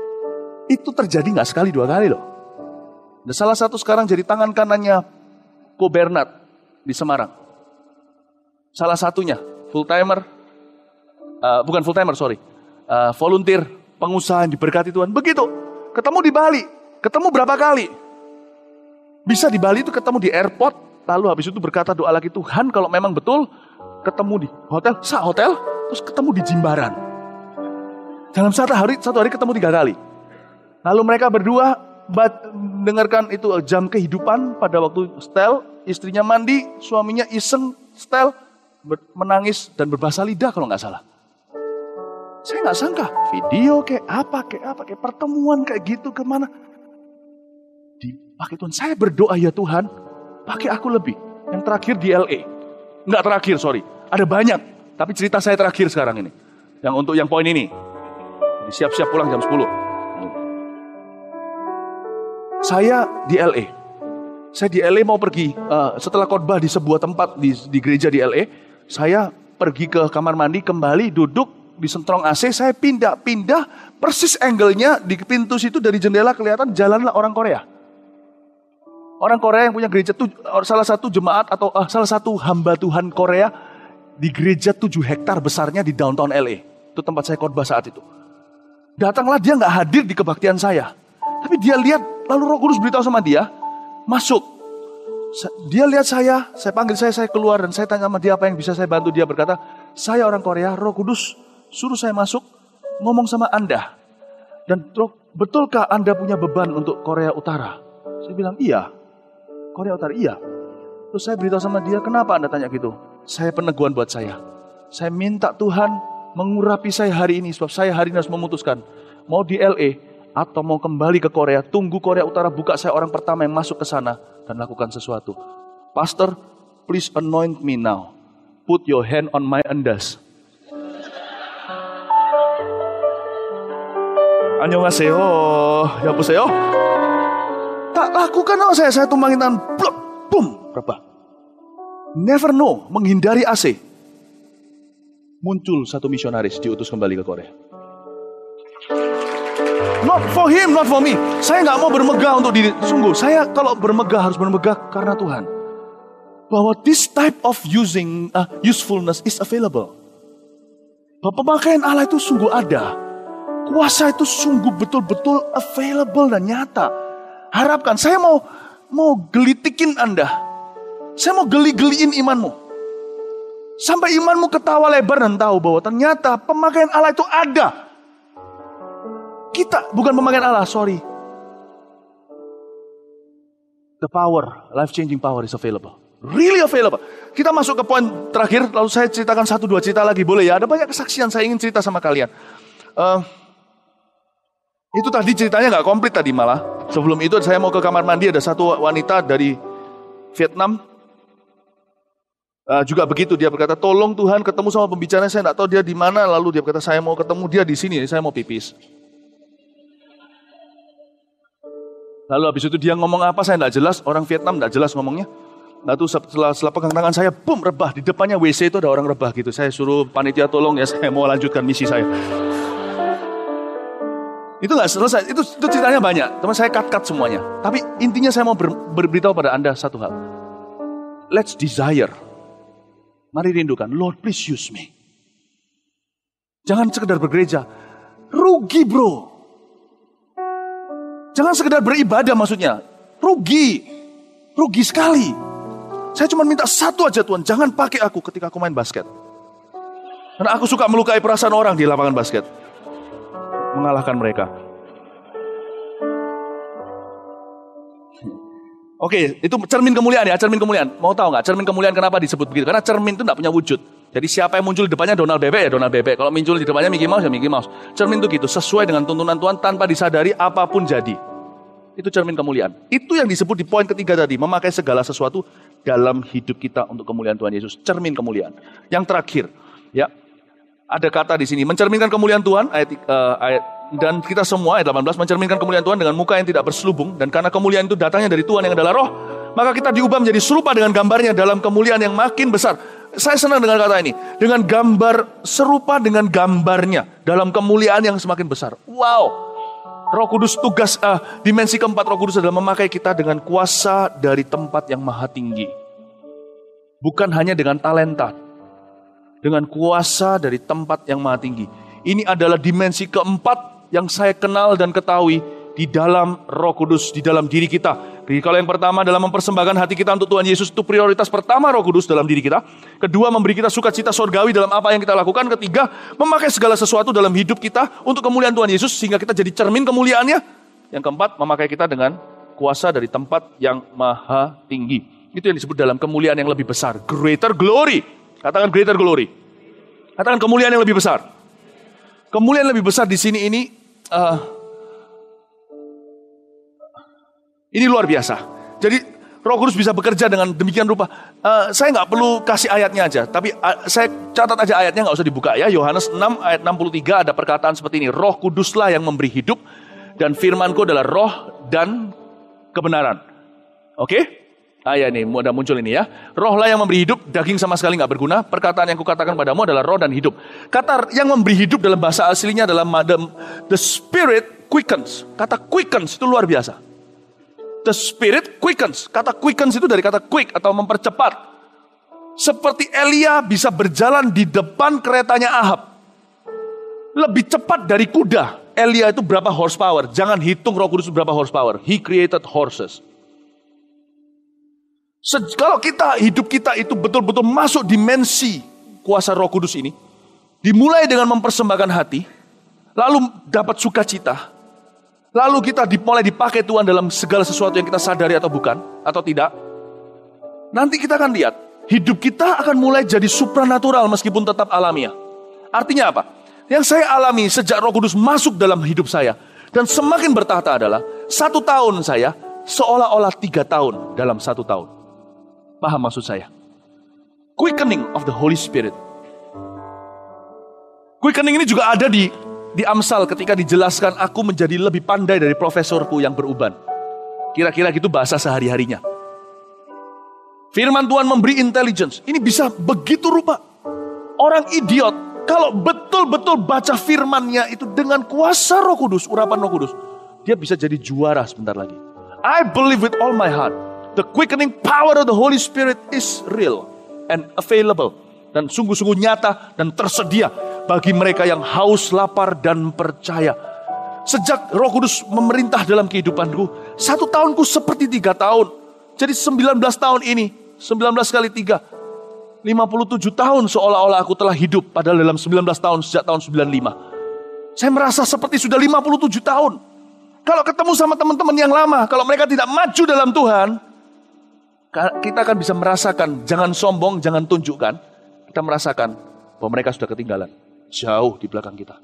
Itu terjadi gak sekali dua kali loh. Dan salah satu sekarang jadi tangan kanannya Ko Bernard di Semarang. Salah satunya full timer, uh, bukan full timer sorry, uh, volunteer, pengusaha yang diberkati Tuhan. Begitu, ketemu di Bali, ketemu berapa kali? Bisa di Bali itu ketemu di airport, lalu habis itu berkata doa lagi, Tuhan kalau memang betul, ketemu di hotel, sa hotel, terus ketemu di Jimbaran. Dalam satu hari, satu hari ketemu tiga kali. Lalu mereka berdua bat, dengarkan itu jam kehidupan pada waktu setel, istrinya mandi, suaminya iseng setel, menangis dan berbahasa lidah kalau nggak salah. Saya nggak sangka video kayak apa kayak apa kayak pertemuan kayak gitu kemana dipakai Tuhan. Saya berdoa ya Tuhan, pakai aku lebih. Yang terakhir di L A, nggak terakhir sorry, ada banyak. Tapi cerita saya terakhir sekarang ini, yang untuk yang poin ini. Siap-siap pulang jam sepuluh. Saya di L A. Saya di L A mau pergi uh, setelah khotbah di sebuah tempat di, di gereja di L A. Saya pergi ke kamar mandi, kembali duduk di sentrong A C. Saya pindah-pindah persis angle-nya di pintu situ dari jendela kelihatan jalanlah orang Korea. Orang Korea yang punya gereja tuh salah satu jemaat atau uh, salah satu hamba Tuhan Korea di gereja tujuh hektar besarnya di downtown L A. Itu tempat saya khotbah saat itu. Datanglah dia nggak hadir di kebaktian saya, tapi dia lihat lalu Roh Kudus beritahu sama dia masuk. Dia lihat saya, saya panggil saya, saya keluar dan saya tanya sama dia apa yang bisa saya bantu. Dia berkata, saya orang Korea, Roh Kudus suruh saya masuk ngomong sama Anda. Dan betulkah Anda punya beban untuk Korea Utara? Saya bilang iya, Korea Utara iya. Terus saya beritahu sama dia, kenapa Anda tanya gitu? Saya peneguhan buat saya. Saya minta Tuhan mengurapi saya hari ini sebab saya hari ini harus memutuskan mau di L A atau mau kembali ke Korea. Tunggu Korea Utara buka, saya orang pertama yang masuk ke sana dan lakukan sesuatu. Pastor, please anoint me now. Put your hand on my endas. Annyeonghaseyo, yapuseyo. Tak lakukan oh saya, saya tumbangin tangan, blok, boom, berapa? Never know, menghindari A C. Muncul satu misionaris diutus kembali ke Korea. Not for him, not for me. Saya nggak mau bermegah untuk diri. Sungguh, saya kalau bermegah harus bermegah karena Tuhan. Bahwa this type of using uh, usefulness is available. Bahwa pemakaian Allah itu sungguh ada. Kuasa itu sungguh betul-betul available dan nyata. Harapkan, saya mau mau gelitikin Anda. Saya mau geli-geliin imanmu. Sampai imanmu ketawa lebar dan tahu bahwa ternyata pemakaian Allah itu ada. Kita, bukan pemakaian Allah, sorry. The power, life-changing power is available. Really available. Kita masuk ke poin terakhir, lalu saya ceritakan satu dua cerita lagi, boleh ya? Ada banyak kesaksian saya ingin cerita sama kalian. Uh, itu tadi ceritanya gak komplit tadi malah. Sebelum itu saya mau ke kamar mandi, ada satu wanita dari Vietnam. Uh, juga begitu, dia berkata, tolong Tuhan ketemu sama pembicaranya, saya gak tahu dia di mana. Lalu dia berkata, saya mau ketemu dia di sini, saya mau pipis. Lalu habis itu dia ngomong apa saya tidak jelas, orang Vietnam tidak jelas ngomongnya. Lalu setelah, setelah pegang tangan saya, boom, rebah. Di depannya W C itu ada orang rebah gitu. Saya suruh panitia tolong ya, saya mau lanjutkan misi saya. Itu nggak selesai, itu, itu ceritanya banyak. Teman saya cut-cut semuanya. Tapi intinya saya mau ber, berberitahu pada Anda satu hal. Let's desire. Mari rindukan, Lord please use me. Jangan sekedar bergereja. Rugi bro. Jangan sekedar beribadah maksudnya. Rugi. Rugi sekali. Saya cuma minta satu aja Tuhan. Jangan pakai aku ketika aku main basket. Karena aku suka melukai perasaan orang di lapangan basket. Mengalahkan mereka. Oke, itu cermin kemuliaan ya. Cermin kemuliaan. Mau tahu gak cermin kemuliaan kenapa disebut begitu? Karena cermin itu gak punya wujud. Jadi siapa yang muncul di depannya Donald Bebek ya Donald Bebek. Kalau muncul di depannya Mickey Mouse ya Mickey Mouse. Cermin itu gitu, sesuai dengan tuntunan Tuhan tanpa disadari apapun jadi. Itu cermin kemuliaan. Itu yang disebut di poin ketiga tadi, memakai segala sesuatu dalam hidup kita untuk kemuliaan Tuhan Yesus. Cermin kemuliaan. Yang terakhir, ya. Ada kata di sini, mencerminkan kemuliaan Tuhan ayat uh, ayat dan kita semua ayat delapan belas mencerminkan kemuliaan Tuhan dengan muka yang tidak berselubung dan karena kemuliaan itu datangnya dari Tuhan yang adalah Roh, maka kita diubah menjadi serupa dengan gambarnya dalam kemuliaan yang makin besar. Saya senang dengan kata ini. Dengan gambar, serupa dengan gambarnya. Dalam kemuliaan yang semakin besar. Wow. Roh Kudus tugas, uh, dimensi keempat Roh Kudus adalah memakai kita dengan kuasa dari tempat yang maha tinggi. Bukan hanya dengan talenta, dengan kuasa dari tempat yang maha tinggi. Ini adalah dimensi keempat yang saya kenal dan ketahui di dalam Roh Kudus, di dalam diri kita. Jadi kalau yang pertama adalah mempersembahkan hati kita untuk Tuhan Yesus, itu prioritas pertama Roh Kudus dalam diri kita. Kedua, memberi kita sukacita sorgawi dalam apa yang kita lakukan. Ketiga, memakai segala sesuatu dalam hidup kita untuk kemuliaan Tuhan Yesus, sehingga kita jadi cermin kemuliaannya. Yang keempat, memakai kita dengan kuasa dari tempat yang maha tinggi. Itu yang disebut dalam kemuliaan yang lebih besar, greater glory. Katakan greater glory. Katakan kemuliaan yang lebih besar. Kemuliaan lebih besar di sini ini uh, ini luar biasa. Jadi Roh Kudus bisa bekerja dengan demikian rupa. Uh, saya nggak perlu kasih ayatnya aja, tapi uh, saya catat aja ayatnya, nggak usah dibuka ya. Yohanes enam ayat enam puluh tiga ada perkataan seperti ini. Roh Kuduslah yang memberi hidup, dan firmanku adalah roh dan kebenaran. Oke? Okay? Ah ya nih, udah muncul ini ya. Rohlah yang memberi hidup, daging sama sekali nggak berguna. Perkataan yang kukatakan padamu adalah roh dan hidup. Kata yang memberi hidup dalam bahasa aslinya adalah the spirit quickens. Kata quickens itu luar biasa. The spirit quickens. Kata quickens itu dari kata quick atau mempercepat. Seperti Elia bisa berjalan di depan keretanya Ahab. Lebih cepat dari kuda. Elia itu berapa horsepower? Jangan hitung Roh Kudus berapa horsepower. He created horses. Se- kalau kita, hidup kita itu betul-betul masuk dimensi kuasa Roh Kudus ini, dimulai dengan mempersembahkan hati, lalu dapat sukacita, lalu kita dimulai dipakai Tuhan dalam segala sesuatu yang kita sadari atau bukan, atau tidak, nanti kita akan lihat, hidup kita akan mulai jadi supranatural meskipun tetap alamiah. Artinya apa? Yang saya alami sejak Roh Kudus masuk dalam hidup saya, dan semakin bertahta adalah, satu tahun saya seolah-olah tiga tahun dalam satu tahun. Paham maksud saya? Quickening of the Holy Spirit. Quickening ini juga ada di di Amsal ketika dijelaskan aku menjadi lebih pandai dari profesorku yang beruban. Kira-kira gitu bahasa sehari-harinya. Firman Tuhan memberi intelligence. Ini bisa begitu rupa. Orang idiot kalau betul-betul baca firmannya itu dengan kuasa Roh Kudus, urapan Roh Kudus, dia bisa jadi juara sebentar lagi. I believe with all my heart. The quickening power of the Holy Spirit is real and available. Dan sungguh-sungguh nyata dan tersedia bagi mereka yang haus, lapar, dan percaya. Sejak Roh Kudus memerintah dalam kehidupanku, satu tahunku seperti tiga tahun. Jadi sembilan belas tahun ini, sembilan belas kali tiga, lima puluh tujuh tahun seolah-olah aku telah hidup. Padahal dalam sembilan belas tahun sejak tahun sembilan puluh lima. Saya merasa seperti sudah lima puluh tujuh tahun. Kalau ketemu sama teman-teman yang lama, kalau mereka tidak maju dalam Tuhan, kita akan bisa merasakan, jangan sombong, jangan tunjukkan. Kita merasakan bahwa mereka sudah ketinggalan, jauh di belakang kita.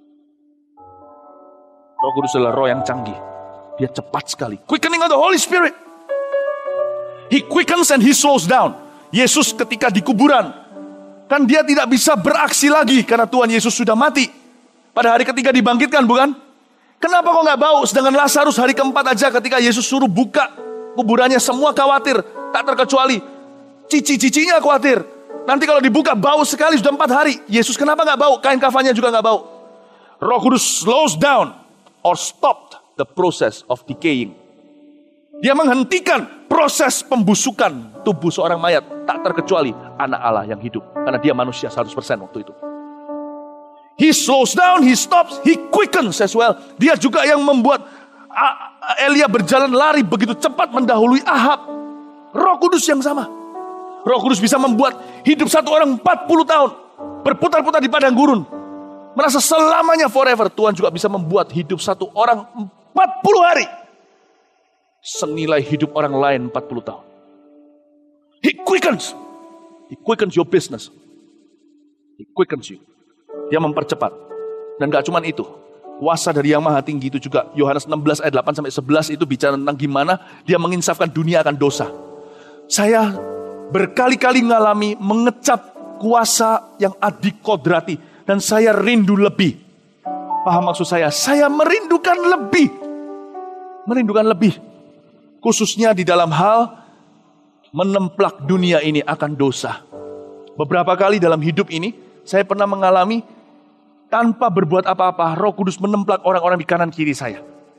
Roh Kudus adalah roh yang canggih. Dia cepat sekali. Quickening of the Holy Spirit. He quickens and he slows down. Yesus ketika di kuburan, kan dia tidak bisa beraksi lagi karena Tuhan Yesus sudah mati. Pada hari ketiga dibangkitkan, bukan? Kenapa kok gak bau? Sedangkan Lazarus hari keempat aja ketika Yesus suruh buka kuburannya, semua khawatir. Tak terkecuali cici-cicinya khawatir. Nanti kalau dibuka bau sekali, sudah empat hari. Yesus kenapa gak bau? Kain kafannya juga gak bau. Roh Kudus slows down or stopped the process of decaying. Dia menghentikan proses pembusukan tubuh seorang mayat. Tak terkecuali anak Allah yang hidup. Karena dia manusia seratus persen waktu itu. He slows down, he stops, he quickens as well. Dia juga yang membuat Elia berjalan lari begitu cepat mendahului Ahab. Roh Kudus yang sama. Roh Kudus bisa membuat hidup satu orang empat puluh tahun. Berputar-putar di padang gurun. Merasa selamanya forever. Tuhan juga bisa membuat hidup satu orang empat puluh hari. Senilai hidup orang lain empat puluh tahun. He quickens. He quickens your business. He quickens you. Dia mempercepat. Dan gak cuma itu. Kuasa dari yang maha tinggi itu juga. Yohanes enam belas ayat delapan sampai sebelas itu bicara tentang gimana dia menginsafkan dunia akan dosa. Saya berkali-kali mengalami mengecap kuasa yang adikodrati. Dan saya rindu lebih. Paham maksud saya? Saya merindukan lebih. Merindukan lebih. Khususnya di dalam hal menemplak dunia ini akan dosa. Beberapa kali dalam hidup ini, saya pernah mengalami tanpa berbuat apa-apa, Roh Kudus menemplak orang-orang di kanan kiri saya.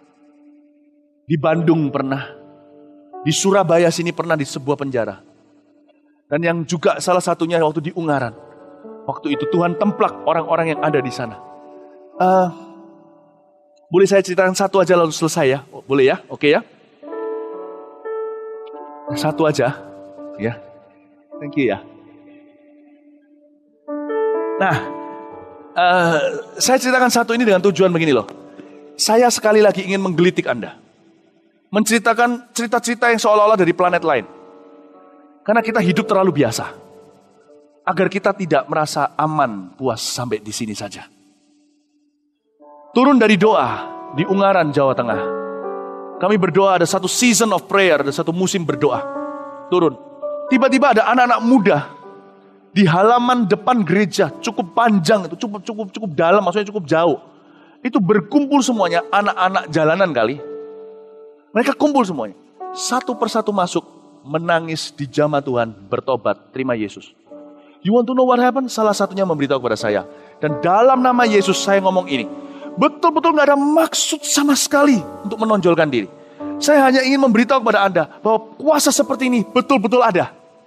Di Bandung pernah. Di Surabaya sini pernah di sebuah penjara. Dan yang juga salah satunya waktu di Ungaran. Waktu itu Tuhan templak orang-orang yang ada di sana. Uh, boleh saya ceritakan satu aja lalu selesai ya? Boleh ya? Oke ya? Satu aja. Ya. Thank you ya. Nah, uh, saya ceritakan satu ini dengan tujuan begini loh. Saya sekali lagi ingin menggelitik Anda. Menceritakan cerita-cerita yang seolah-olah dari planet lain. Karena kita hidup terlalu biasa. Agar kita tidak merasa aman, puas sampai di sini saja. Turun dari doa di Ungaran, Jawa Tengah. Kami berdoa, ada satu season of prayer, ada satu musim berdoa. Turun. Tiba-tiba ada anak-anak muda di halaman depan gereja, cukup panjang, itu cukup cukup cukup dalam, maksudnya cukup jauh. Itu berkumpul semuanya, anak-anak jalanan kali. Mereka kumpul semuanya. Satu persatu masuk, menangis di jamaah Tuhan, bertobat, terima Yesus. You want to know what happened? Salah satunya memberitahu kepada saya. Dan dalam nama Yesus saya ngomong ini. Betul-betul gak ada maksud sama sekali untuk menonjolkan diri. Saya hanya ingin memberitahu kepada Anda bahwa kuasa seperti ini betul-betul ada.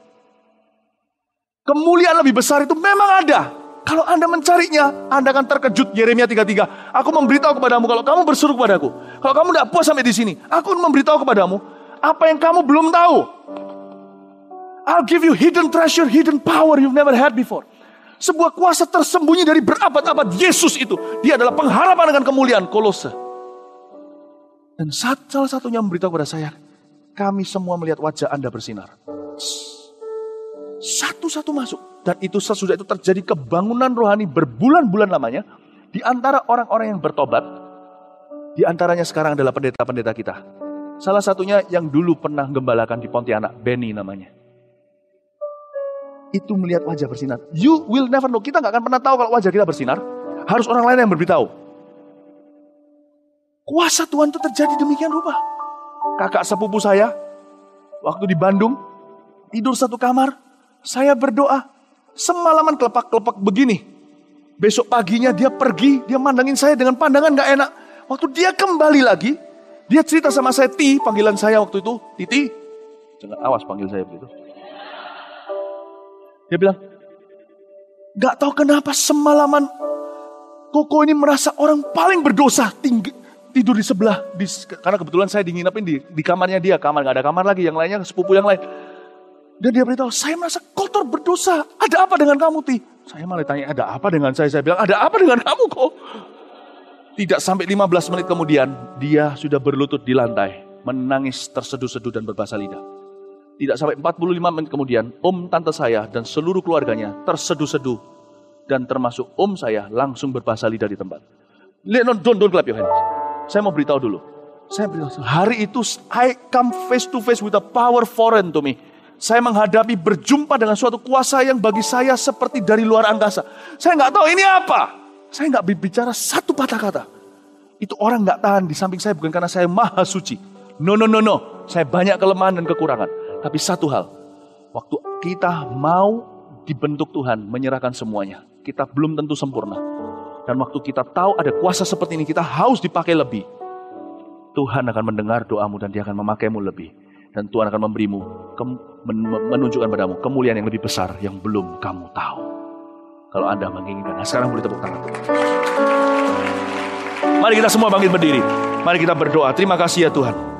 Kemuliaan lebih besar itu memang ada. Kalau Anda mencarinya, Anda akan terkejut. Yeremia tiga puluh tiga. Aku memberitahu kepadamu kalau kamu berseru kepadaku. Kalau kamu tidak puas sampai di sini, aku memberitahu kepadamu apa yang kamu belum tahu. I'll give you hidden treasure, hidden power you've never had before. Sebuah kuasa tersembunyi dari berabad-abad. Yesus itu, dia adalah pengharapan dengan kemuliaan. Kolose. Dan salah satunya memberitahu kepada saya, kami semua melihat wajah Anda bersinar. Satu-satu masuk. Dan itu sesudah itu terjadi kebangunan rohani berbulan-bulan lamanya. Di antara orang-orang yang bertobat. Di antaranya sekarang adalah pendeta-pendeta kita. Salah satunya yang dulu pernah gembalakan di Pontianak, Benny namanya. Itu melihat wajah bersinar. You will never know. Kita gak akan pernah tahu kalau wajah kita bersinar. Harus orang lain yang berberitahu. Kuasa Tuhan itu terjadi demikian rupa. Kakak sepupu saya, waktu di Bandung, tidur satu kamar, saya berdoa. Semalaman kelepak-kelepak begini. Besok paginya dia pergi, dia mandangin saya dengan pandangan gak enak. Waktu dia kembali lagi, dia cerita sama saya, Ti, panggilan saya waktu itu, Titi. Jangan awas panggil saya begitu. Dia bilang, gak tahu kenapa semalaman Koko ini merasa orang paling berdosa tinggi, tidur di sebelah. Di, karena kebetulan saya dinginapin di, di kamarnya dia. Kamar gak ada kamar lagi, yang lainnya sepupu yang lain. Dan dia beritahu, saya merasa kotor berdosa. Ada apa dengan kamu, Ti? Saya malah tanya, ada apa dengan saya? Saya bilang, ada apa dengan kamu kok? Tidak sampai lima belas menit kemudian, dia sudah berlutut di lantai. Menangis terseduh-seduh dan berbahasa lidah. Tidak sampai empat puluh lima menit kemudian, om tante saya dan seluruh keluarganya terseduh-seduh. Dan termasuk om saya langsung berbahasa lidah di tempat. Don't, don't clap your hands. Saya mau beritahu dulu. Saya beritahu, hari itu I come face to face with a power foreign to me. Saya menghadapi berjumpa dengan suatu kuasa yang bagi saya seperti dari luar angkasa. Saya nggak tahu ini apa. Saya nggak bicara satu patah kata. Itu orang nggak tahan di samping saya bukan karena saya maha suci. No, no, no, no. Saya banyak kelemahan dan kekurangan. Tapi satu hal, waktu kita mau dibentuk Tuhan, menyerahkan semuanya, kita belum tentu sempurna. Dan waktu kita tahu ada kuasa seperti ini, kita haus dipakai lebih. Tuhan akan mendengar doamu dan dia akan memakaimu lebih. Dan Tuhan akan memberimu, menunjukkan padamu kemuliaan yang lebih besar yang belum kamu tahu. Kalau Anda menginginkan. Nah, sekarang boleh tepuk tangan. Mari kita semua bangkit berdiri. Mari kita berdoa. Terima kasih ya Tuhan.